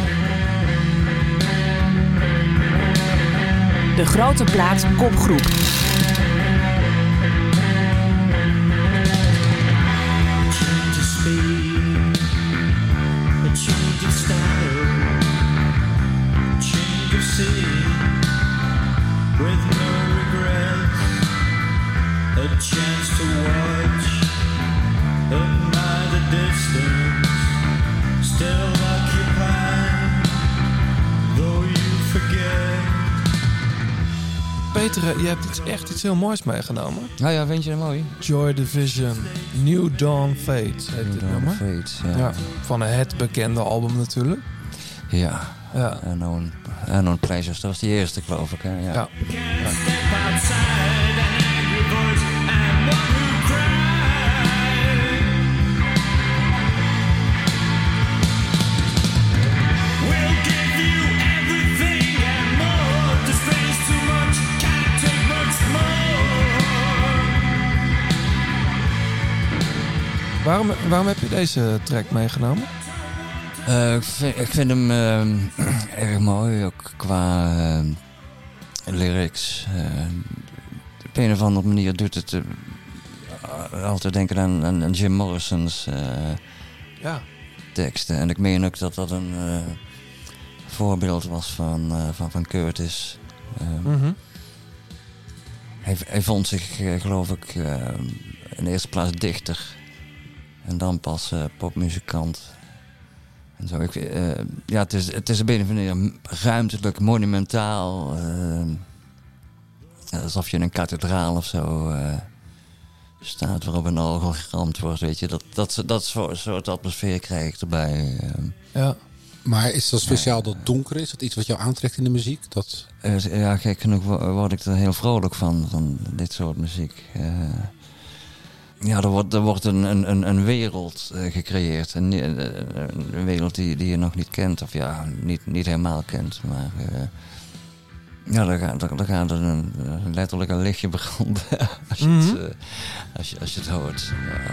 De Grote Plaat kopgroep. Peter, je hebt echt iets heel moois meegenomen. Ja, vind je dat mooi? Joy Division, New Dawn Fate heet dit nummer. Fate, ja. Van het bekende album natuurlijk. Ja. Unknown Pleasures, dat was die eerste, geloof ik. Hè? Ja. Waarom heb je deze track meegenomen? Ik vind hem erg mooi, ook qua lyrics. Op een of andere manier doet het altijd denken aan Jim Morrison's teksten. En ik meen ook dat een voorbeeld was van Curtis. Hij vond zich, geloof ik, in de eerste plaats dichter. En dan pas popmuzikant. En zo. Het is op een of andere manier ruimtelijk, monumentaal. Alsof je in een kathedraal of zo staat waarop een orgel geramd wordt. Weet je. Dat soort atmosfeer krijg ik erbij. Ja. Maar is dat speciaal dat donker? Is dat iets wat jou aantrekt in de muziek? Gek genoeg word ik er heel vrolijk van dit soort muziek. Er wordt een wereld gecreëerd. Een wereld die je nog niet kent. Of niet helemaal kent. Maar dan gaat er letterlijk een lichtje branden als je het hoort.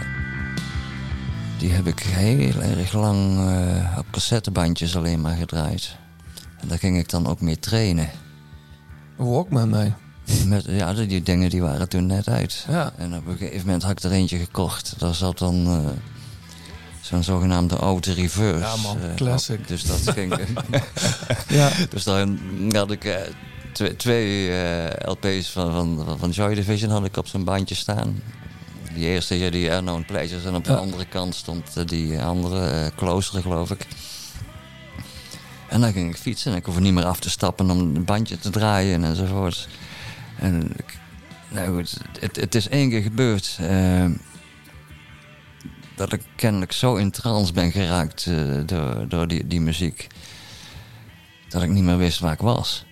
Die heb ik heel erg lang op cassettebandjes alleen maar gedraaid. En daar ging ik dan ook mee trainen. Walkman mee? Die dingen die waren toen net uit. Ja. En op een gegeven moment had ik er eentje gekocht. Daar zat dan zo'n zogenaamde oude reverse. Ja man, classic. Dus dat ging... Ja. Dus dan had ik twee LP's van Joy Division had ik op zo'n bandje staan. Die eerste, die Unknown Pleasures. En op de andere kant stond die andere, Klooster geloof ik. En dan ging ik fietsen en ik hoefde niet meer af te stappen om een bandje te draaien enzovoort. En nou goed, het is 1 keer gebeurd dat ik kennelijk zo in trance ben geraakt door die muziek. Dat ik niet meer wist waar ik was.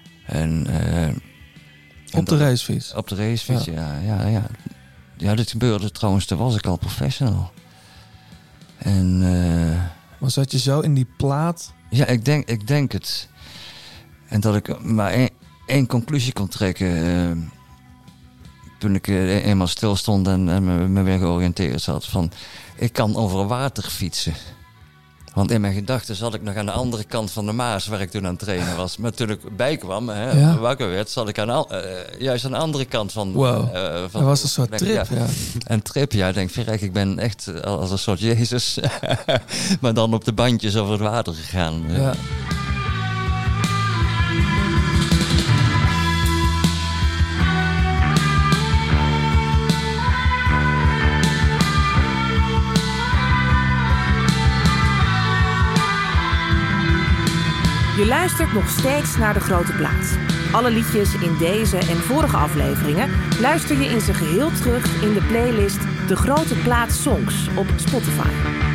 Op de racefiets? Op de racefiets, ja. Ja, dit gebeurde trouwens, toen was ik al professional. Maar zat je zo in die plaat? Ja, ik denk het. En dat ik maar één conclusie kon trekken. Toen ik eenmaal stil stond en me weer georiënteerd zat. Van, ik kan over water fietsen. Want in mijn gedachten zat ik nog aan de andere kant van de Maas, waar ik toen aan het trainen was. Maar toen ik bijkwam, wakker werd, zat ik juist aan de andere kant van... Wow, dat was een soort trip, ja. Een trip, ja. Ik denk, verrek, ik ben echt als een soort Jezus. Maar dan op de bandjes over het water gegaan. Ja. Je luistert nog steeds naar De Grote Plaats. Alle liedjes in deze en vorige afleveringen luister je in zijn geheel terug in de playlist De Grote Plaats Songs op Spotify.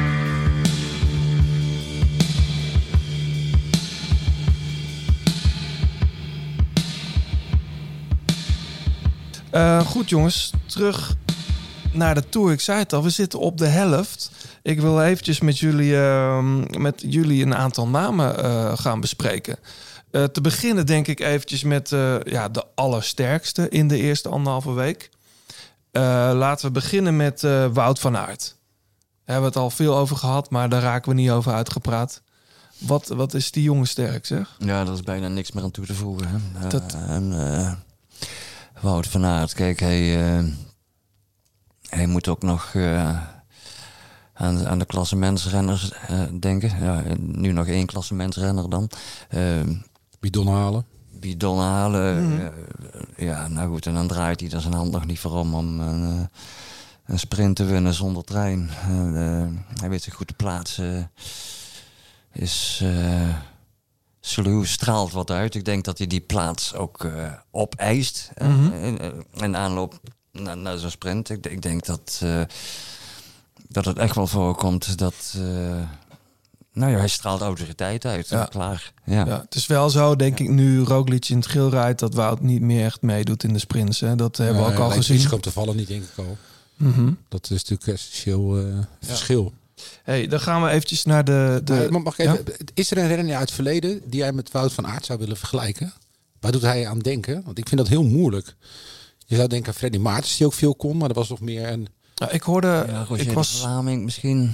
Goed jongens, terug naar de tour. Ik zei het al, we zitten op de helft. Ik wil eventjes met jullie een aantal namen gaan bespreken. Te beginnen denk ik eventjes met de allersterkste in de eerste 1,5 week. Laten we beginnen met Wout van Aert. Daar hebben we het al veel over gehad, maar daar raken we niet over uitgepraat. Wat is die jongen sterk, zeg? Ja, er is bijna niks meer aan toe te voegen. Wout van Aert, kijk, hij moet ook nog aan de klassementsrenners denken. Ja, nu nog 1 klassementsrenner dan. Bidon halen. Nou goed, en dan draait hij er zijn hand nog niet voor om een sprint te winnen zonder trein. Hij weet zich goed te plaatsen. Sluw straalt wat uit. Ik denk dat hij die plaats ook opeist. En aanloop naar zo'n sprint. Ik denk dat het echt wel voorkomt dat... hij straalt autoriteit uit. Ja. Klaar. Ja, het is wel zo, denk ik, nu Roglic in het geel rijdt, dat Wout niet meer echt meedoet in de sprints. Hè? Dat hebben we ook al gezien. Het komt te vallen niet, denk ik al. Dat is natuurlijk essentieel verschil. Hey, dan gaan we eventjes naar de... Mag ik even, is er een renner uit het verleden die jij met Wout van Aert zou willen vergelijken? Waar doet hij aan denken? Want ik vind dat heel moeilijk. Je zou denken aan Freddy Maartens, die ook veel kon, maar er was nog meer een... Ja, ik hoorde... Vlaming misschien.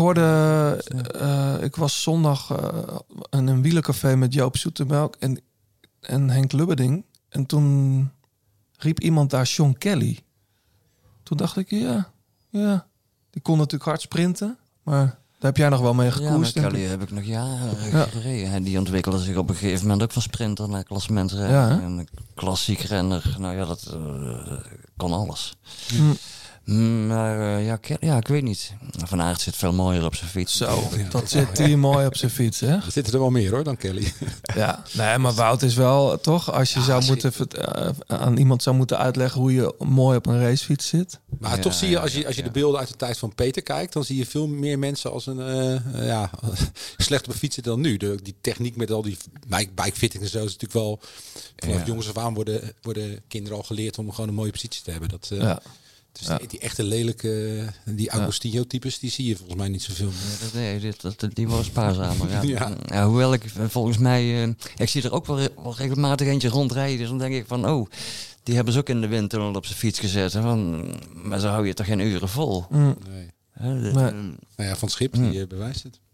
Ik was zondag in een wielercafé met Joop Zoetemelk en Henk Lubberding. En toen riep iemand daar Sean Kelly. Toen dacht ik, ja. Die kon natuurlijk hard sprinten, maar daar heb jij nog wel mee gekoerst. Ja, met Kelly heb ik nog jaren gereden. Die ontwikkelde zich op een gegeven moment ook van sprinter naar klassementsrenner. En een klassiek renner. Nou ja, dat kon alles. Maar ik weet niet. Van Aert zit veel mooier op zijn fiets. Zo, dat zit hier mooi op zijn fiets, hè? Er zitten er wel meer hoor dan Kelly. Ja, nee, maar Wout is wel toch, als je aan iemand zou moeten uitleggen hoe je mooi op een racefiets zit. Maar toch zie je, als je de beelden uit de tijd van Peter kijkt, dan zie je veel meer mensen als een slecht op een fiets zitten dan nu. Die techniek met al die bikefitting en zo is natuurlijk wel. Vanaf jongens af aan worden kinderen al geleerd om gewoon een mooie positie te hebben. Dus die echte lelijke, die Agostinho-types, die zie je volgens mij niet zoveel meer. Die worden spaarzamer. Ja. Hoewel ik volgens mij, ik zie er ook wel regelmatig eentje rondrijden. Dus dan denk ik van, die hebben ze ook in de windtunnel op zijn fiets gezet. Maar zo hou je toch geen uren vol. Nee. Van het Schip, die bewijst het.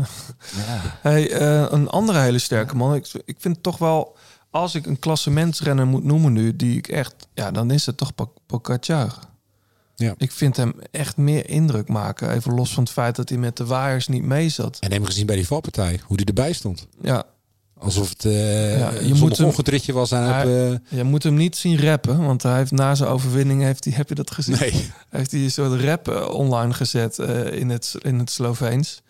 Een andere hele sterke man. Ik vind toch wel, als ik een klassementsrenner moet noemen nu, die ik echt, dan is het toch Pogacar. Ja. Ik vind hem echt meer indruk maken. Even los van het feit dat hij met de waaiers niet mee zat. En hem gezien bij die valpartij, hoe hij erbij stond. Ja. Alsof het een ochtendritje was. Je moet hem niet zien rappen, want hij heeft na zijn overwinning, heb je dat gezien? Nee. Heeft hij een soort rap online gezet in het Sloveens.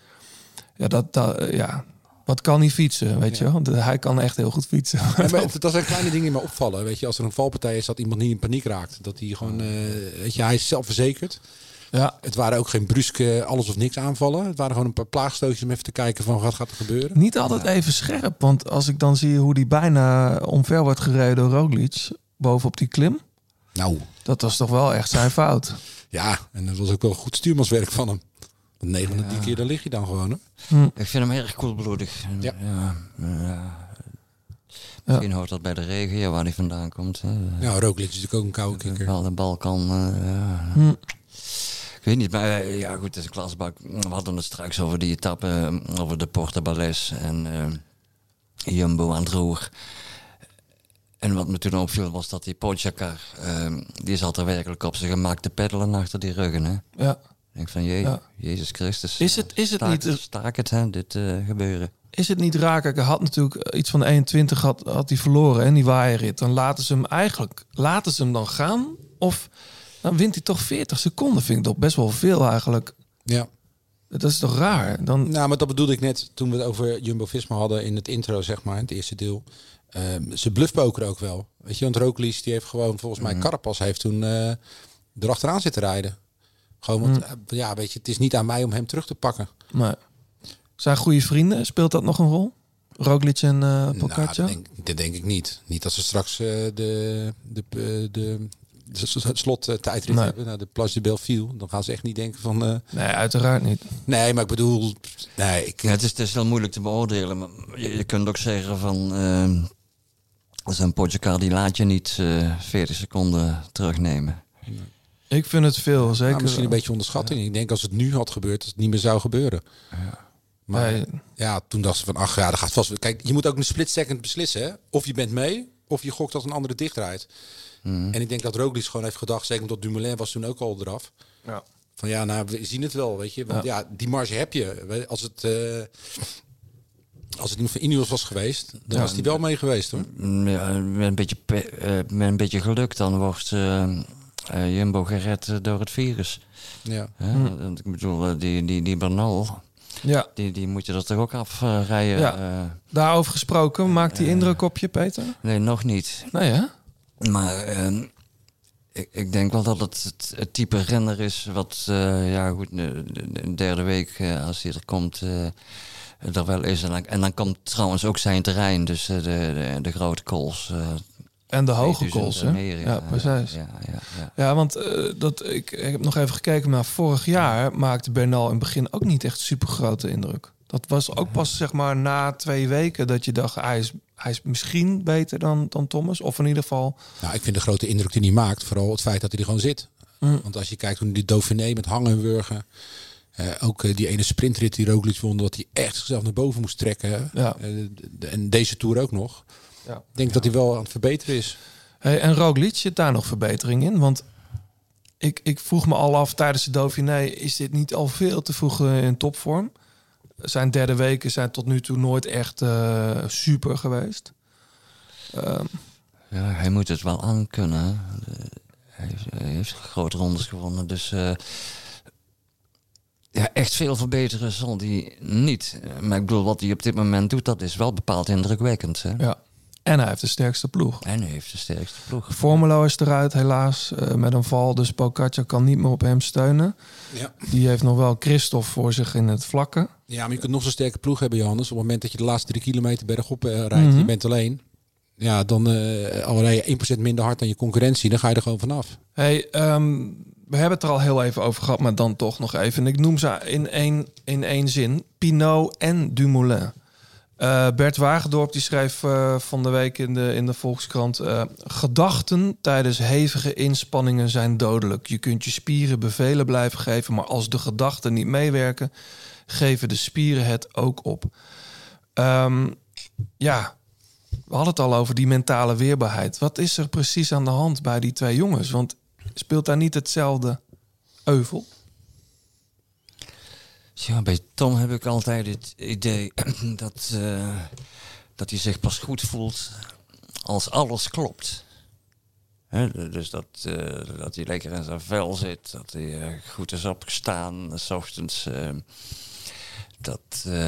Wat kan hij fietsen, weet je wel? Hij kan echt heel goed fietsen. Ja, maar dat zijn kleine dingen die me opvallen. Weet je, als er een valpartij is dat iemand niet in paniek raakt. Dat hij gewoon, hij is zelfverzekerd. Ja. Het waren ook geen bruske alles of niks aanvallen. Het waren gewoon een paar plaagstootjes om even te kijken van wat gaat er gebeuren. Niet altijd even scherp, want als ik dan zie hoe die bijna omver wordt gereden door Roglic bovenop die klim. Nou. Dat was toch wel echt zijn fout. Ja, en dat was ook wel goed stuurmanswerk van hem. 9 keer, daar lig je dan gewoon. Hè? Ik vind hem erg koelbloedig. Misschien hoort dat bij de regen waar hij vandaan komt. Ja, Roglic is natuurlijk ook een koude kikker. Wel de Balkan. Ik weet niet, maar goed, het is een klasbak. We hadden het straks over die etappe, over de Porta Bales en Jumbo aan het roer. En wat me toen opviel was dat die Pogacar, die zat er werkelijk op zijn gemak te peddelen achter die ruggen. Hè? Ja. Ik van Jezus Christus. Is het niet staak het dit gebeuren? Is het niet raar? Kijk, hij had natuurlijk iets van de 21 had hij verloren en die waaierrit. Dan laten ze hem dan gaan of dan wint hij toch 40 seconden. Vind ik toch best wel veel eigenlijk. Ja. Dat is toch raar? Nou, maar dat bedoelde ik net toen we het over Jumbo-Visma hadden in het intro, zeg maar, in het eerste deel. Ze bluffpokeren ook wel. Weet je, want Roglic die heeft gewoon volgens mij Carapaz heeft toen erachteraan zitten rijden. Gewoon, want weet je, het is niet aan mij om hem terug te pakken. Maar zijn goede vrienden, speelt dat nog een rol? Roglic en Pogacar? Nou, dat denk ik niet. Niet als ze straks de slottijdrit hebben, naar de Place de Belleville. Dan gaan ze echt niet denken van... Nee, uiteraard niet. Nee, maar ik bedoel... Het is heel moeilijk te beoordelen. Maar je kunt ook zeggen van... Zo'n Pogacar die laat je niet 40 seconden terugnemen. Ik vind het veel, zeker. Nou, misschien een beetje onderschatting. Ik denk als het nu had gebeurd, dat het niet meer zou gebeuren. Ja. Maar toen dacht ze van, dat gaat vast. Kijk, je moet ook een split second beslissen. Hè? Of je bent mee, of je gokt dat een andere dichtrijdt. En ik denk dat Roglic gewoon heeft gedacht, zeker omdat Dumoulin was toen ook al eraf. Ja. Van we zien het wel, weet je. Want die marge heb je. Als het niet van Ineos was geweest, dan was hij wel mee geweest, hoor. Ja, met een beetje geluk dan wordt Jumbo gered door het virus. Ja. Ik bedoel, die Bernal, die moet je er toch ook afrijden. Daarover gesproken, maakt die indruk op je, Peter? Nee, nog niet. Nee, hè? Maar ik denk wel dat het type renner is wat, de derde week, als hij er komt, er wel is. En dan komt trouwens ook zijn terrein, dus de grote kools. En de hoge kools, hè? Ja, precies. Ja, want ik heb nog even gekeken, maar vorig jaar maakte Bernal in het begin ook niet echt super grote indruk. Dat was ook pas, zeg maar, na 2 weken dat je dacht, hij is misschien beter dan Thomas. Of in ieder geval... Nou, ik vind de grote indruk die hij maakt, vooral het feit dat hij er gewoon zit. Want als je kijkt hoe die Dauphiné met hangen en wurgen, ook die ene sprintrit die Roglic won, dat hij echt zichzelf naar boven moest trekken. Ja. En deze Tour ook nog. Ja. Ik denk dat hij wel aan het verbeteren is. Hey, en Roglic, zit daar nog verbetering in? Want ik vroeg me al af tijdens de Dauphiné, is dit niet al veel te vroeg in topvorm? Zijn derde weken zijn tot nu toe nooit echt super geweest. Hij moet het wel aankunnen. Hij heeft grote rondes gewonnen. Dus echt veel verbeteren zal hij niet. Maar ik bedoel, wat hij op dit moment doet, dat is wel bepaald indrukwekkend. Hè? Ja. En hij heeft de sterkste ploeg. Formelo is eruit, helaas, met een val. Dus Pogacar kan niet meer op hem steunen. Ja. Die heeft nog wel Christophe voor zich in het vlakke. Ja, maar je kunt nog zo'n sterke ploeg hebben, Johannes. Op het moment dat je de laatste 3 kilometer bergop rijdt, je bent alleen. Ja, dan al rij je 1% minder hard dan je concurrentie. Dan ga je er gewoon vanaf. Hey, we hebben het er al heel even over gehad, maar dan toch nog even. En ik noem ze in één zin. Pinot en Dumoulin. Bert Wagendorp die schreef van de week in de Volkskrant... gedachten tijdens hevige inspanningen zijn dodelijk. Je kunt je spieren bevelen blijven geven... maar als de gedachten niet meewerken... geven de spieren het ook op. We hadden het al over die mentale weerbaarheid. Wat is er precies aan de hand bij die 2 jongens? Want speelt daar niet hetzelfde euvel? Ja, bij Tom heb ik altijd het idee dat hij zich pas goed voelt als alles klopt. Dus dat hij lekker in zijn vel zit, dat hij goed is opgestaan, 's ochtends dat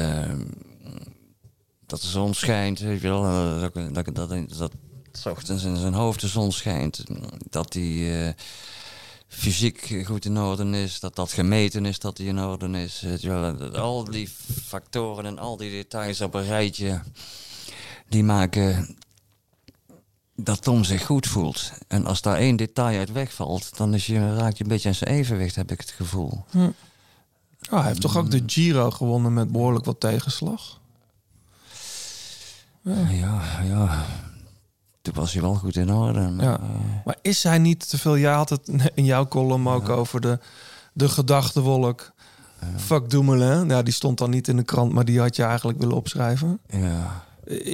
de zon schijnt, weet je wel, dat 's ochtends in zijn hoofd de zon schijnt, dat hij fysiek goed in orde is, dat gemeten is dat hij in orde is. Al die factoren en al die details op een rijtje, die maken dat Tom zich goed voelt. En als daar 1 detail uit wegvalt, dan raakt je een beetje aan zijn evenwicht, heb ik het gevoel. Hij heeft toch ook de Giro gewonnen met behoorlijk wat tegenslag? Ja. Toen was hij wel goed in orde. Maar is hij niet te veel... Je had het in jouw column ook over de gedachtenwolk. Fuck Dumoulin. Ja, die stond dan niet in de krant, maar die had je eigenlijk willen opschrijven. Ja.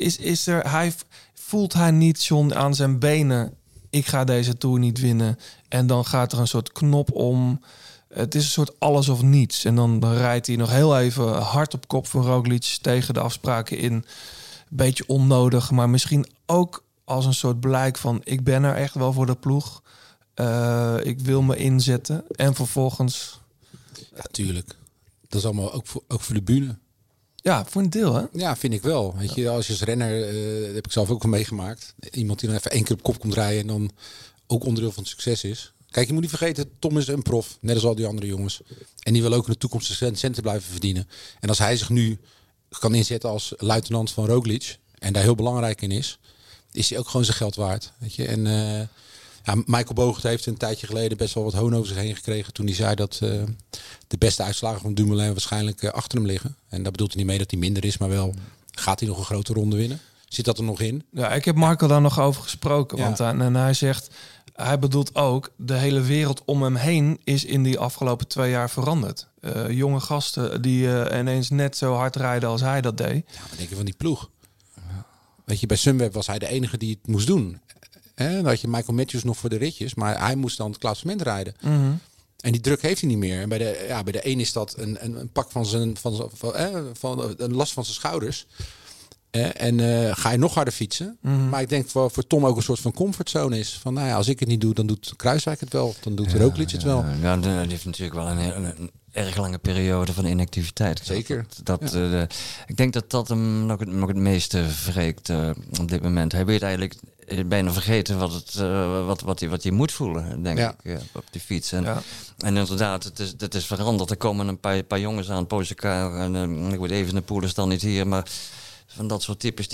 Voelt hij niet, John, aan zijn benen... ik ga deze Tour niet winnen. En dan gaat er een soort knop om. Het is een soort alles of niets. En dan rijdt hij nog heel even hard op kop van Roglic tegen de afspraken in. Beetje onnodig, maar misschien ook als een soort blijk van... ik ben er echt wel voor de ploeg. Ik wil me inzetten. En vervolgens... Ja, tuurlijk. Dat is allemaal ook voor de bühne. Ja, voor een deel, hè? Ja, vind ik wel. Weet je, als je als renner... dat heb ik zelf ook al meegemaakt. Iemand die dan even 1 keer op kop komt rijden... en dan ook onderdeel van het succes is. Kijk, je moet niet vergeten, Tom is een prof. Net als al die andere jongens. En die wil ook in de toekomst centen blijven verdienen. En als hij zich nu kan inzetten als luitenant van Roglic... en daar heel belangrijk in is hij ook gewoon zijn geld waard. Weet je? En Michael Bogert heeft een tijdje geleden best wel wat hoon over zich heen gekregen... toen hij zei dat de beste uitslagen van Dumoulin waarschijnlijk achter hem liggen. En daar bedoelt hij niet mee dat hij minder is, maar wel... gaat hij nog een grote ronde winnen? Zit dat er nog in? Ja, ik heb Michael daar nog over gesproken. Want hij zegt... Hij bedoelt ook, de hele wereld om hem heen is in die afgelopen 2 jaar veranderd. Jonge gasten die ineens net zo hard rijden als hij dat deed. Ja, wat denk je van die ploeg? Weet je, bij Sunweb was hij de enige die het moest doen. Dan had je Michael Matthews nog voor de ritjes, maar hij moest dan het klassement rijden. Mm-hmm. En die druk heeft hij niet meer. En bij de een is dat een pak van een last van zijn schouders. Ga je nog harder fietsen. Mm-hmm. Maar ik denk voor Tom ook een soort van comfortzone is. Van nou ja, als ik het niet doe, dan doet Kruiswijk het wel. Dan doet Roglic het wel. Ja, die heeft natuurlijk wel een erg lange periode van inactiviteit. Zeker. Ik denk dat hem nog het meeste wreekt op dit moment. Hij weet eigenlijk bijna vergeten wat hij moet voelen, denk ik, op die fiets. En inderdaad, het is veranderd. Er komen een paar jongens aan, Pogacar en ik weet even, de Poel is dan niet hier, maar van dat soort types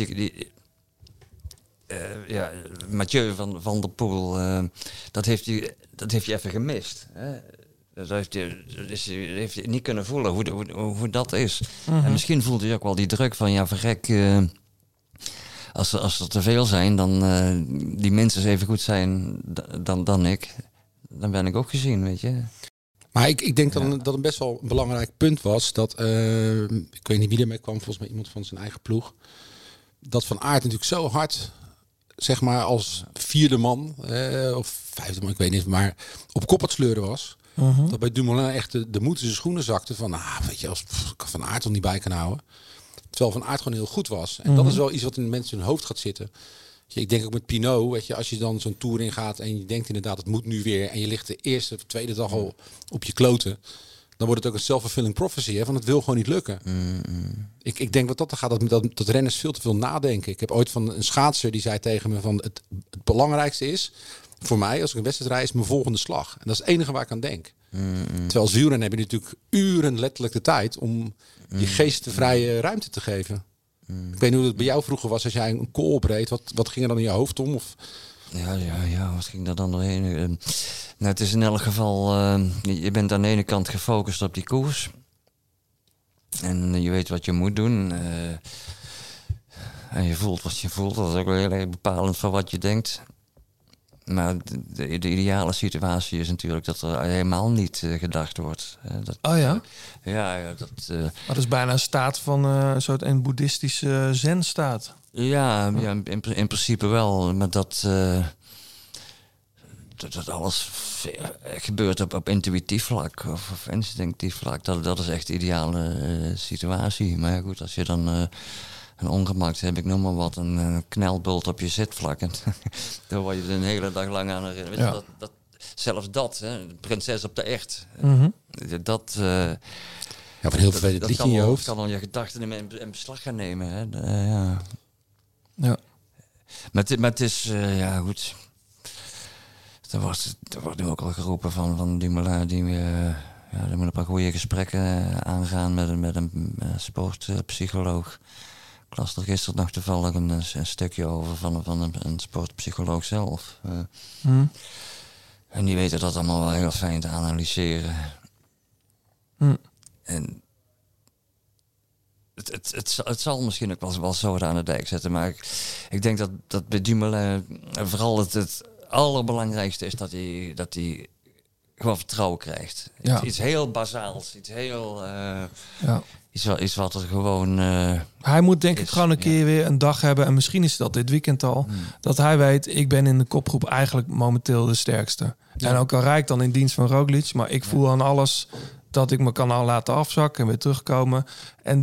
Mathieu van der Poel, dat heeft hij even gemist. Hè? Dat heeft hij niet kunnen voelen hoe dat is. Mm-hmm. En misschien voelt hij ook wel die druk van, ja verrek, als er te veel zijn, dan die minstens even goed zijn dan ik, dan ben ik ook gezien, weet je. Maar ik denk dat een best wel een belangrijk punt was dat, ik weet niet wie ermee kwam, volgens mij iemand van zijn eigen ploeg, dat Van Aert natuurlijk zo hard, zeg maar als 4e man, of 5e man, ik weet niet, maar op kop het sleuren was. Uh-huh. Dat bij Dumoulin echt de moed in zijn schoenen zakte van, weet je, als Van Aert er niet bij kan houden. Terwijl Van Aert gewoon heel goed was. En dat is wel iets wat in de mensen hun hoofd gaat zitten. Ik denk ook met Pinot, weet je, als je dan zo'n tour ingaat en je denkt inderdaad, het moet nu weer. En je ligt de eerste of tweede dag al op je kloten. Dan wordt het ook een self-fulfilling prophecy, hè, van het wil gewoon niet lukken. Ik denk wat dat gaat, dat renners veel te veel nadenken. Ik heb ooit van een schaatser die zei tegen me van het belangrijkste is voor mij als ik een wedstrijd rijd is mijn volgende slag. En dat is het enige waar ik aan denk. Terwijl als wielrenner heb je natuurlijk uren letterlijk de tijd om je geest de vrije ruimte te geven. Ik weet niet hoe het bij jou vroeger was als jij een call opreed. Wat ging er dan in je hoofd om? Of... Ja, wat ging daar dan doorheen? Nou, het is in elk geval, je bent aan de ene kant gefocust op die koers. En je weet wat je moet doen. En je voelt wat je voelt. Dat is ook wel heel erg bepalend voor wat je denkt. Maar de ideale situatie is natuurlijk dat er helemaal niet gedacht wordt. Dat is bijna een staat van een soort een boeddhistische zen-staat. Ja, in principe wel. Maar dat alles gebeurt op intuïtief vlak of instinctief vlak. Dat is echt de ideale situatie. Maar ja, goed, als je dan een ongemak hebt, ik noem maar wat, een knelbult op je zitvlak. En dan word je een hele dag lang aan herinnerd. Ja. Zelfs dat, hè, de prinses op de echt. Dat... van heel veel liedje in je hoofd. Kan dan je gedachten in beslag gaan nemen. Hè. Ja. Maar het is, goed. Er wordt nu ook al geroepen van Dumoulin, die er moet een paar goede gesprekken aangaan met een sportpsycholoog. Ik las er gisteren nog toevallig een stukje over van een sportpsycholoog zelf. En die weten dat allemaal wel heel fijn te analyseren. En het zal misschien ook wel zo aan de dijk zetten. Maar ik denk dat bij Dumoulin vooral het allerbelangrijkste is dat hij gewoon vertrouwen krijgt. Ja. Iets heel bazaals. Iets heel... Iets wat er gewoon... hij moet denk ik gewoon een keer weer een dag hebben. En misschien is dat dit weekend al. Dat hij weet, ik ben in de kopgroep eigenlijk momenteel de sterkste. Ja. En ook al rijd ik dan in dienst van Roglic. Maar ik voel aan alles dat ik me kan al laten afzakken en weer terugkomen. En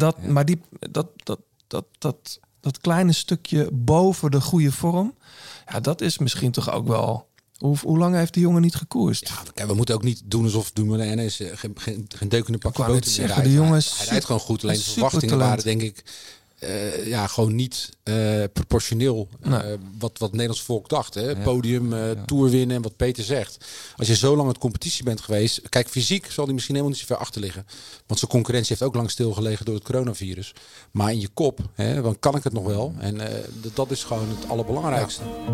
dat kleine stukje boven de goede vorm. Ja, dat is misschien toch ook wel... Hoe lang heeft die jongen niet gekoerst? Ja, kijk, we moeten ook niet doen alsof Dumoulin is geen deukende pakje boter meer rijdt. De jongens, hij rijdt gewoon goed. Alleen de verwachtingen waren denk ik gewoon niet proportioneel wat het Nederlands volk dacht. Hè? Podium, Tour winnen en wat Peter zegt. Als je zo lang met competitie bent geweest... Kijk, fysiek zal hij misschien helemaal niet zo ver achter liggen. Want zijn concurrentie heeft ook lang stilgelegen door het coronavirus. Maar in je kop, dan kan ik het nog wel. En dat is gewoon het allerbelangrijkste. Ja.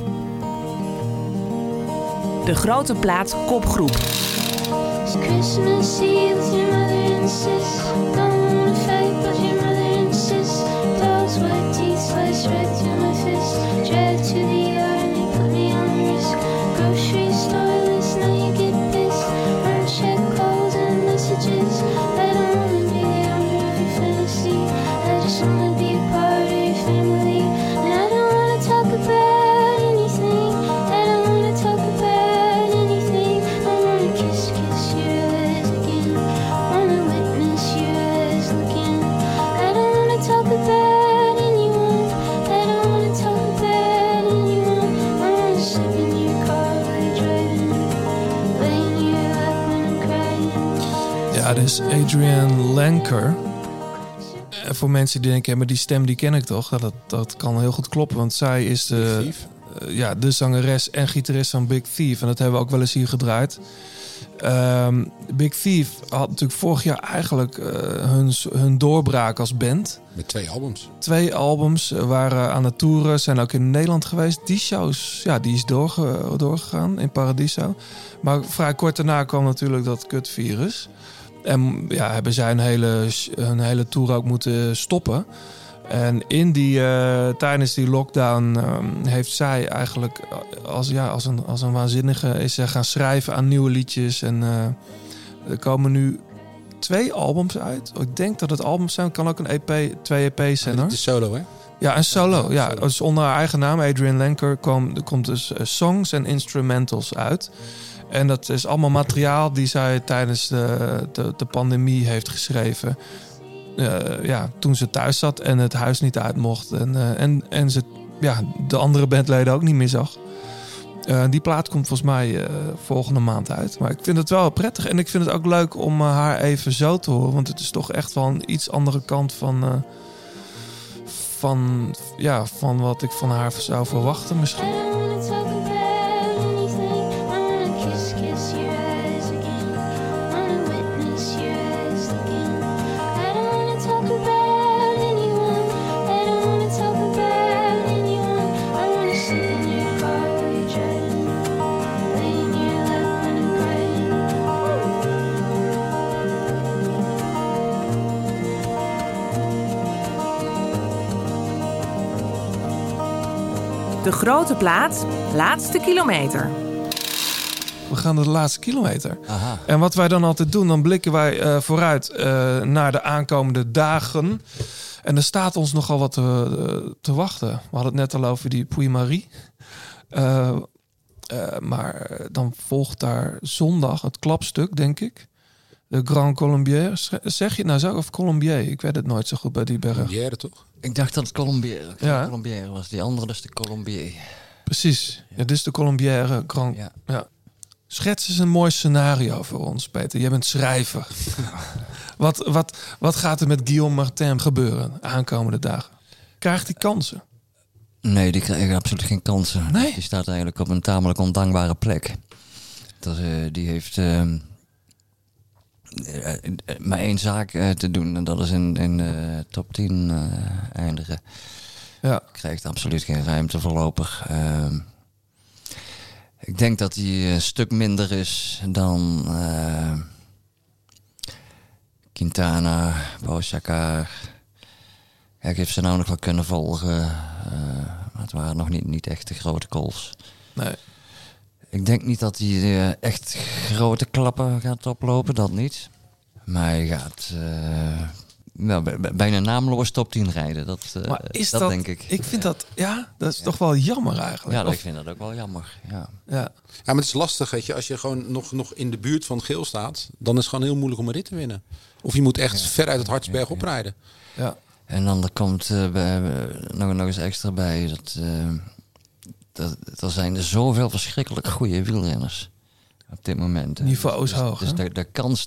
De Grote Plaat kopgroep. Christmas Eve with your mother and sis. Don't wanna fight but your mother and sis. Dogs white teeth slice right through my fist. Drive to the yard and they put me on risk. Grocery store list, now you get pissed. Uncheck calls and messages. I don't wanna be the owner of your fantasy. I just wanna be a part of your family. And I don't wanna talk about anything. I don't wanna talk about Ja, dus Adrienne Lenker. Voor mensen die denken, maar die stem die ken ik toch? Dat kan heel goed kloppen, want zij is de zangeres en gitarist van Big Thief. En dat hebben we ook wel eens hier gedraaid. Big Thief had natuurlijk vorig jaar eigenlijk hun doorbraak als band. Met 2 albums. 2 albums, waren aan het toeren, zijn ook in Nederland geweest. Die shows, die is doorgegaan in Paradiso. Maar vrij kort daarna kwam natuurlijk dat kutvirus. En hebben zij hun hele tour ook moeten stoppen. En tijdens die lockdown heeft zij eigenlijk als een waanzinnige is ze gaan schrijven aan nieuwe liedjes. En er komen nu 2 albums uit. Ik denk dat het albums zijn. Het kan ook een EP, 2 EP's zijn. Het is solo, hè? Ja, een solo. Ja, dus onder haar eigen naam, Adrienne Lenker, komt dus songs en instrumentals uit. En dat is allemaal materiaal die zij tijdens de pandemie heeft geschreven. Toen ze thuis zat en het huis niet uit mocht. En ze de andere bandleden ook niet meer zag. Die plaat komt volgens mij volgende maand uit. Maar ik vind het wel prettig. En ik vind het ook leuk om haar even zo te horen. Want het is toch echt wel een iets andere kant van wat ik van haar zou verwachten misschien. De grote plaat, laatste kilometer. We gaan naar de laatste kilometer. Aha. En wat wij dan altijd doen, dan blikken wij vooruit naar de aankomende dagen. En er staat ons nogal wat te wachten. We hadden het net al over die Puy-Marie. Maar dan volgt daar zondag het klapstuk, denk ik. De Grand Colombier. Zeg je het nou zo? Of Colombier? Ik weet het nooit zo goed bij die berg. Colombière, toch? Ik dacht dat het Colombier Ja. Colombier was. Die andere dus de Colombier. Precies. Ja, dit is de Colombière Grand. Ja. Schets eens een mooi scenario voor ons, Peter. Jij bent schrijver. Wat gaat er met Guillaume Martin gebeuren aankomende dagen? Krijgt hij kansen? Nee, die krijgen absoluut geen kansen. Nee? Die staat eigenlijk op een tamelijk ondankbare plek. Die heeft maar één zaak te doen. En dat is in top 10 eindigen. Ja. Krijgt absoluut geen ruimte voorlopig. Ik denk dat hij een stuk minder is dan Quintana, Pogačar. Ja, ik heb ze nou nog wel kunnen volgen. Maar het waren nog niet echt de grote calls. Nee. Ik denk niet dat hij echt grote klappen gaat oplopen, dat niet. Maar hij gaat bijna naamloos top 10 rijden. Maar is dat denk ik. Ik vind dat is toch wel jammer eigenlijk. Ja, ik vind dat ook wel jammer. Ja, maar het is lastig, weet je. Als je gewoon nog in de buurt van het geel staat, dan is het gewoon heel moeilijk om een rit te winnen. Of je moet echt ver uit het Hartsberg oprijden. Ja. En dan komt nog eens extra bij dat er zijn er zoveel verschrikkelijk goede wielrenners op dit moment. Niveau is hoog. Dus de kans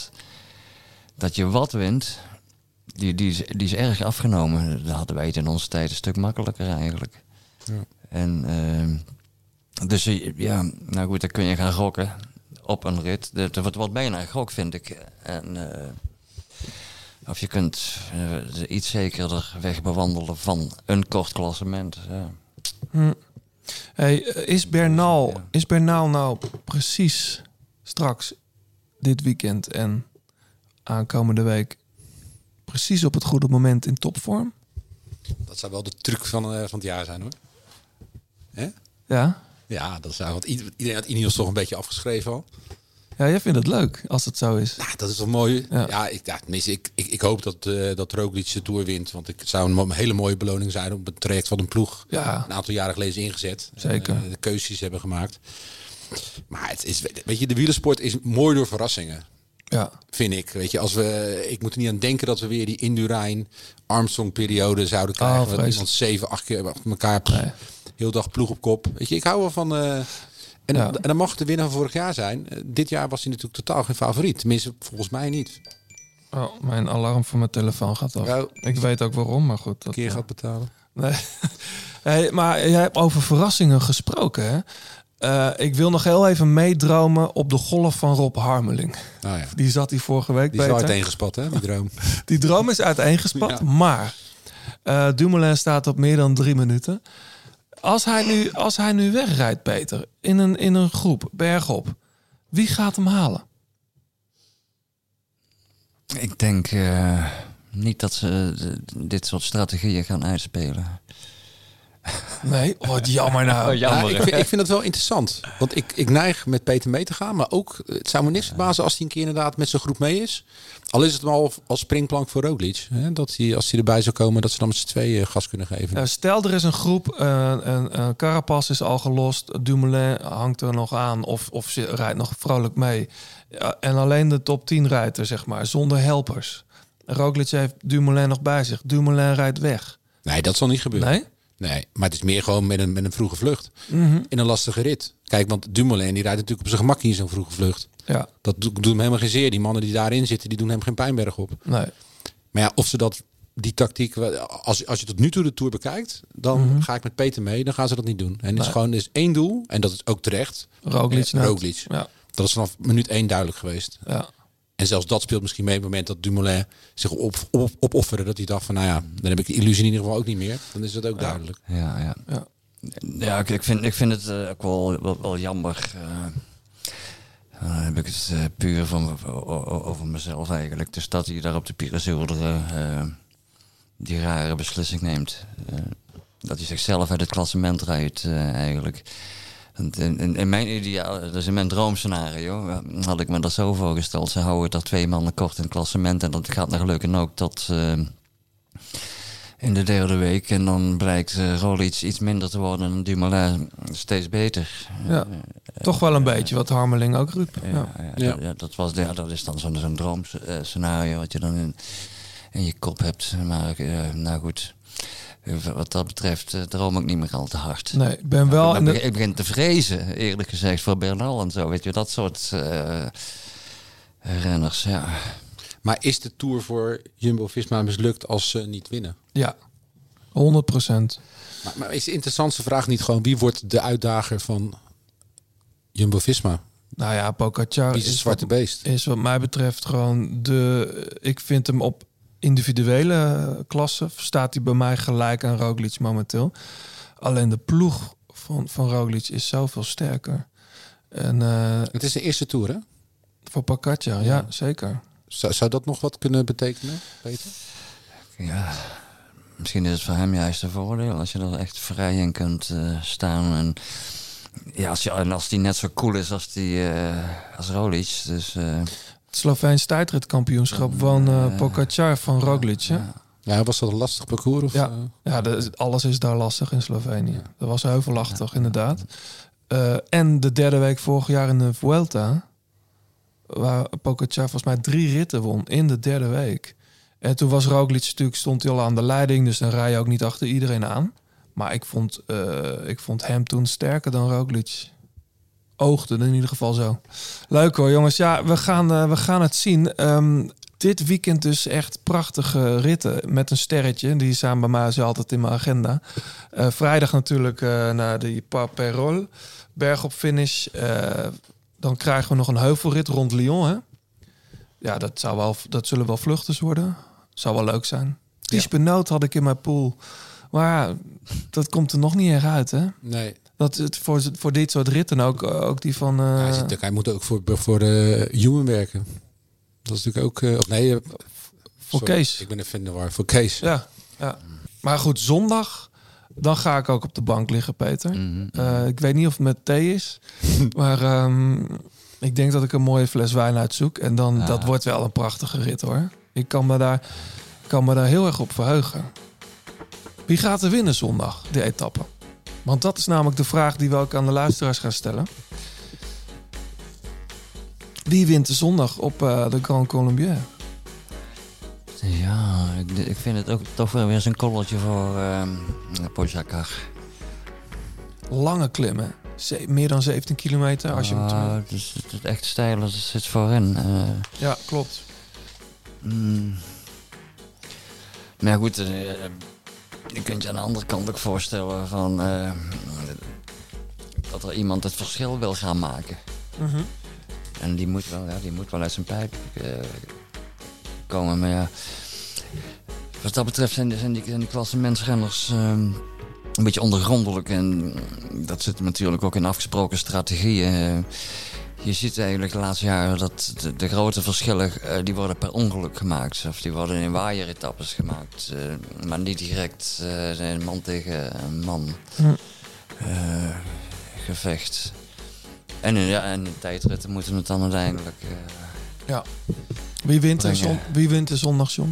dat je wat wint, die is erg afgenomen. Dat hadden wij het in onze tijd een stuk makkelijker eigenlijk. Ja. En dus nou goed, dan kun je gaan gokken op een rit. Het wordt bijna een gok, vind ik. En of je kunt iets zekerder weg bewandelen van een kort klassement. Ja. Hey, is Bernal nou precies straks dit weekend en aankomende week precies op het goede moment in topvorm? Dat zou wel de truc van het jaar zijn, hoor. Hè? Ja? Ja, dat zou, want iedereen had Ineos toch een beetje afgeschreven al. Ja, jij vindt het leuk als het zo is. Nou, dat is toch mooi? Ja, tenminste, ik hoop dat Roglic de Tour wint. Want het zou een hele mooie beloning zijn op het traject van een ploeg. Ja. Een aantal jaren geleden ingezet. Zeker. De keuzes hebben gemaakt. Maar het is, weet je, de wielersport is mooi door verrassingen. Ja. Vind ik. Weet je, ik moet er niet aan denken dat we weer die Indurain Armstrong periode zouden krijgen. Dat iemand 7-8 keer achter elkaar heel dag ploeg op kop. Weet je, ik hou wel van. En dan mag het de winnaar van vorig jaar zijn. Dit jaar was hij natuurlijk totaal geen favoriet. Tenminste, volgens mij niet. Oh, mijn alarm voor mijn telefoon gaat af. Ja. Ik weet ook waarom, maar goed. Een keer gaat betalen. Nee. Hey, maar jij hebt over verrassingen gesproken, hè? Ik wil nog heel even meedromen op de golf van Rob Harmeling. Oh ja. Die zat hier vorige week. Die is uiteengespat, hè, die droom. Die droom is uiteengespat, ja. Maar Dumoulin staat op meer dan 3 minuten. Als hij nu wegrijdt, Peter, in een groep, bergop, wie gaat hem halen? Ik denk niet dat ze dit soort strategieën gaan uitspelen. Nee, wat jammer nou. Jammer. Ja, ik vind dat wel interessant. Want ik neig met Peter mee te gaan. Maar ook, het zou me niks verbazen als hij een keer inderdaad met zijn groep mee is. Al is het wel als springplank voor Roglic. Hè? Dat hij, als hij erbij zou komen, dat ze dan met z'n tweeën gas kunnen geven. Nou, stel, er is een groep. Carapaz is al gelost. Dumoulin hangt er nog aan. Of ze rijdt nog vrolijk mee. En alleen de top 10 rijdt er, zeg maar. Zonder helpers. Roglic heeft Dumoulin nog bij zich. Dumoulin rijdt weg. Nee, dat zal niet gebeuren. Nee? Nee, maar het is meer gewoon met een vroege vlucht. Mhm. In een lastige rit. Kijk, want Dumoulin die rijdt natuurlijk op zijn gemak in zo'n vroege vlucht. Ja. Dat doet hem helemaal geen zeer. Die mannen die daarin zitten, die doen hem geen pijnberg op. Nee. Maar ja, of ze die tactiek, als je tot nu toe de Tour bekijkt, dan ga ik met Peter mee. Dan gaan ze dat niet doen. En er is één doel, en dat is ook terecht. Roglic. Ja. Dat is vanaf minuut 1 duidelijk geweest. Ja. En zelfs dat speelt misschien mee op het moment dat Dumoulin zich opofferde. Dat hij dacht van, nou ja, dan heb ik de illusie in ieder geval ook niet meer. Dan is dat ook duidelijk. Ja, ik vind het ook wel jammer. Dan heb ik het puur over mezelf eigenlijk. Dus dat hij daar op de Pierenzoerderen die rare beslissing neemt. Dat hij zichzelf uit het klassement rijdt eigenlijk. In mijn ideaal, dus in mijn droomscenario, had ik me dat zo voorgesteld. Ze houden er 2 mannen kort in het klassement. En dat gaat naar geluk en ook tot in de derde week. En dan blijkt Roglic iets minder te worden en Dumoulin steeds beter. Ja, toch wel een beetje wat Harmeling ook riep. Dat is dan zo'n droomscenario wat je dan in je kop hebt. Maar nou goed... Wat dat betreft droom ik niet meer al te hard. Nee, ik ben wel... Ik begin te vrezen, eerlijk gezegd, voor Bernal en zo. Weet je, dat soort renners, ja. Maar is de Tour voor Jumbo-Visma mislukt als ze niet winnen? Ja, 100%. Maar is de interessantste vraag niet gewoon... wie wordt de uitdager van Jumbo-Visma? Nou ja, Pogacar is het zwarte beest. Is wat mij betreft gewoon ik vind hem op individuele klasse staat hij bij mij gelijk aan Roglic momenteel. Alleen de ploeg van Roglic is zoveel sterker. En, het is de eerste Tour, hè? Voor Pogacar, ja, zeker. Zou dat nog wat kunnen betekenen, Peter? Ja, misschien is het voor hem juist een voordeel als je er echt vrij in kunt staan. En ja, als die net zo cool is als Roglic, dus... Het Sloveens tijdritkampioenschap van Pogacar van Roglic. Ja, was dat een lastig parcours? Of, alles is daar lastig in Slovenië. Ja. Dat was heuvelachtig, inderdaad. En de derde week vorig jaar in de Vuelta, waar Pogacar volgens mij 3 ritten won in de derde week. En toen was Roglic natuurlijk, stond hij al aan de leiding, dus dan rij je ook niet achter iedereen aan. Maar ik vond hem toen sterker dan Roglic. Oogde in ieder geval zo. Leuk hoor, jongens. Ja, we gaan het zien. Dit weekend dus echt prachtige ritten met een sterretje. Die staan bij mij zo altijd in mijn agenda. Vrijdag natuurlijk naar de Parperol. Berg op finish. Dan krijgen we nog een heuvelrit rond Lyon. Hè? Ja, dat zullen wel vluchters worden. Zou wel leuk zijn. Ties Benoot had ik in mijn pool. Maar dat komt er nog niet erg uit, hè? Nee. Dat het voor dit soort ritten ook die van... Hij moet ook voor de Human werken. Dat is natuurlijk ook... voor Kees. Ik ben even in de war. Voor Kees. Ja. Maar goed, zondag... Dan ga ik ook op de bank liggen, Peter. Ik weet niet of het met thee is. Maar ik denk dat ik een mooie fles wijn uitzoek. En dan dat wordt wel een prachtige rit, hoor. Ik kan me daar heel erg op verheugen. Wie gaat er winnen zondag, de etappe? Want dat is namelijk de vraag die we ook aan de luisteraars gaan stellen. Wie wint de zondag op de Grand Colombier? Ja, ik vind het ook toch wel weer zo'n kolletje voor Pogacar. Lange klimmen. Meer dan 17 kilometer. Als je het is echt steil, dat zit voorin. Ja, klopt. Maar goed, je kunt je aan de andere kant ook voorstellen van dat er iemand het verschil wil gaan maken. En die moet wel uit zijn pijp komen. Maar ja, wat dat betreft zijn die klassementsrenners een beetje ondergrondelijk. En dat zit natuurlijk ook in afgesproken strategieën. Je ziet eigenlijk de laatste jaren dat de grote verschillen die worden per ongeluk gemaakt. Of die worden in waaieretappes gemaakt. Maar niet direct man tegen man gevecht. En in tijdritten moeten we het dan uiteindelijk... Ja. Wie wint de zondag, John?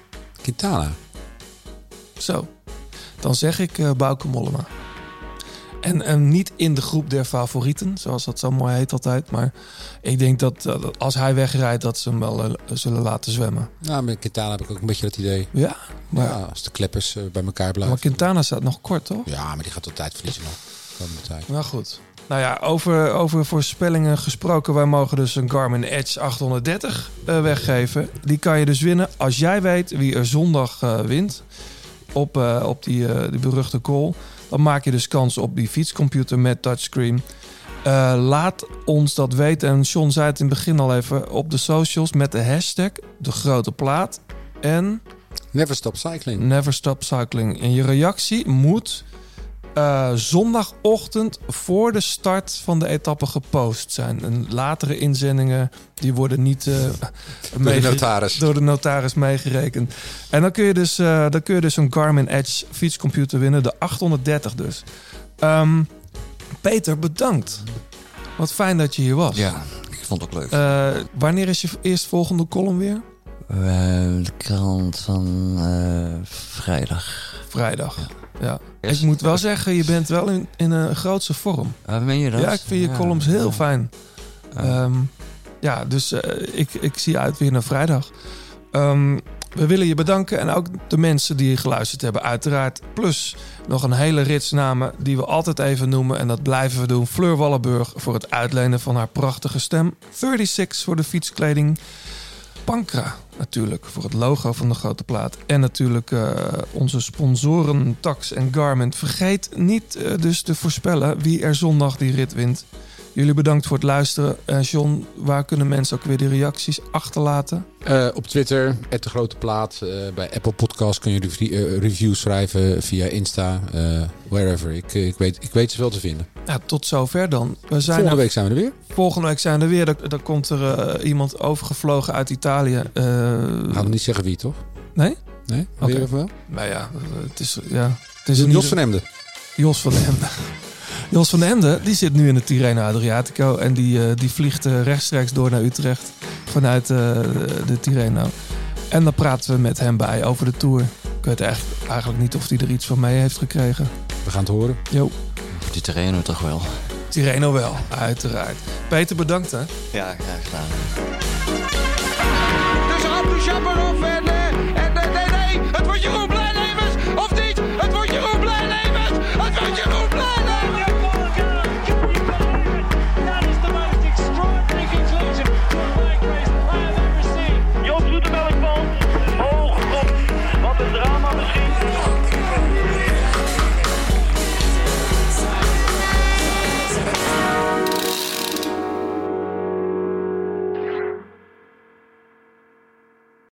Quintana. Zo. Dan zeg ik Bauke Mollema. En niet in de groep der favorieten, zoals dat zo mooi heet altijd. Maar ik denk dat als hij wegrijdt, dat ze hem wel zullen laten zwemmen. Ja, met Quintana heb ik ook een beetje dat idee. Ja, maar ja, als de kleppers bij elkaar blijven. Maar Quintana staat nog kort, toch? Ja, maar die gaat tot tijd verliezen nog. Nou goed. Nou ja, over voorspellingen gesproken. Wij mogen dus een Garmin Edge 830 weggeven. Die kan je dus winnen als jij weet wie er zondag wint. Op die beruchte call. Dan maak je dus kans op die fietscomputer met touchscreen. Laat ons dat weten. En John zei het in het begin al even. Op de socials met de hashtag De Grote Plaat. En Never Stop Cycling. Never Stop Cycling. En je reactie moet zondagochtend voor de start van de etappe gepost zijn. En latere inzendingen die worden niet door de notaris meegerekend. En dan kun je dus een Garmin Edge fietscomputer winnen. De 830 dus. Peter, bedankt. Wat fijn dat je hier was. Ja, ik vond het ook leuk. Wanneer is je eerstvolgende column weer? De krant van vrijdag. Vrijdag, ja. Ik moet wel zeggen, je bent wel in een grootse vorm. Meen je dat? Ja, ik vind je columns heel fijn. Dus ik zie uit weer naar vrijdag. We willen je bedanken en ook de mensen die geluisterd hebben uiteraard. Plus nog een hele rits namen die we altijd even noemen. En dat blijven we doen. Fleur Wallenburg voor het uitlenen van haar prachtige stem. 36 voor de fietskleding. Pankra natuurlijk voor het logo van de Grote Plaat. En natuurlijk onze sponsoren Tax en Garmin. Vergeet niet dus te voorspellen wie er zondag die rit wint. Jullie bedankt voor het luisteren. John, waar kunnen mensen ook weer de reacties achterlaten? Op Twitter, @De Grote Plaat. Bij Apple Podcasts kun je reviews schrijven via Insta. Wherever. Ik weet ze wel te vinden. Ja, tot zover dan. Volgende week zijn we er weer. Volgende week zijn we er weer. Dan komt er iemand overgevlogen uit Italië. Gaan we niet zeggen wie, toch? Nee? Nee? Oké. Weer of wel? Nou ja, het is Jos van Emden. Jos van Emden. Jos van Emden, die zit nu in de Tirreno Adriatico. En die vliegt rechtstreeks door naar Utrecht vanuit de Tirreno. En dan praten we met hem bij over de Tour. Ik weet eigenlijk niet of hij er iets van mee heeft gekregen. We gaan het horen. Jo. Die Tirreno toch wel? Tirreno wel, uiteraard. Peter, bedankt hè. Ja, graag gedaan.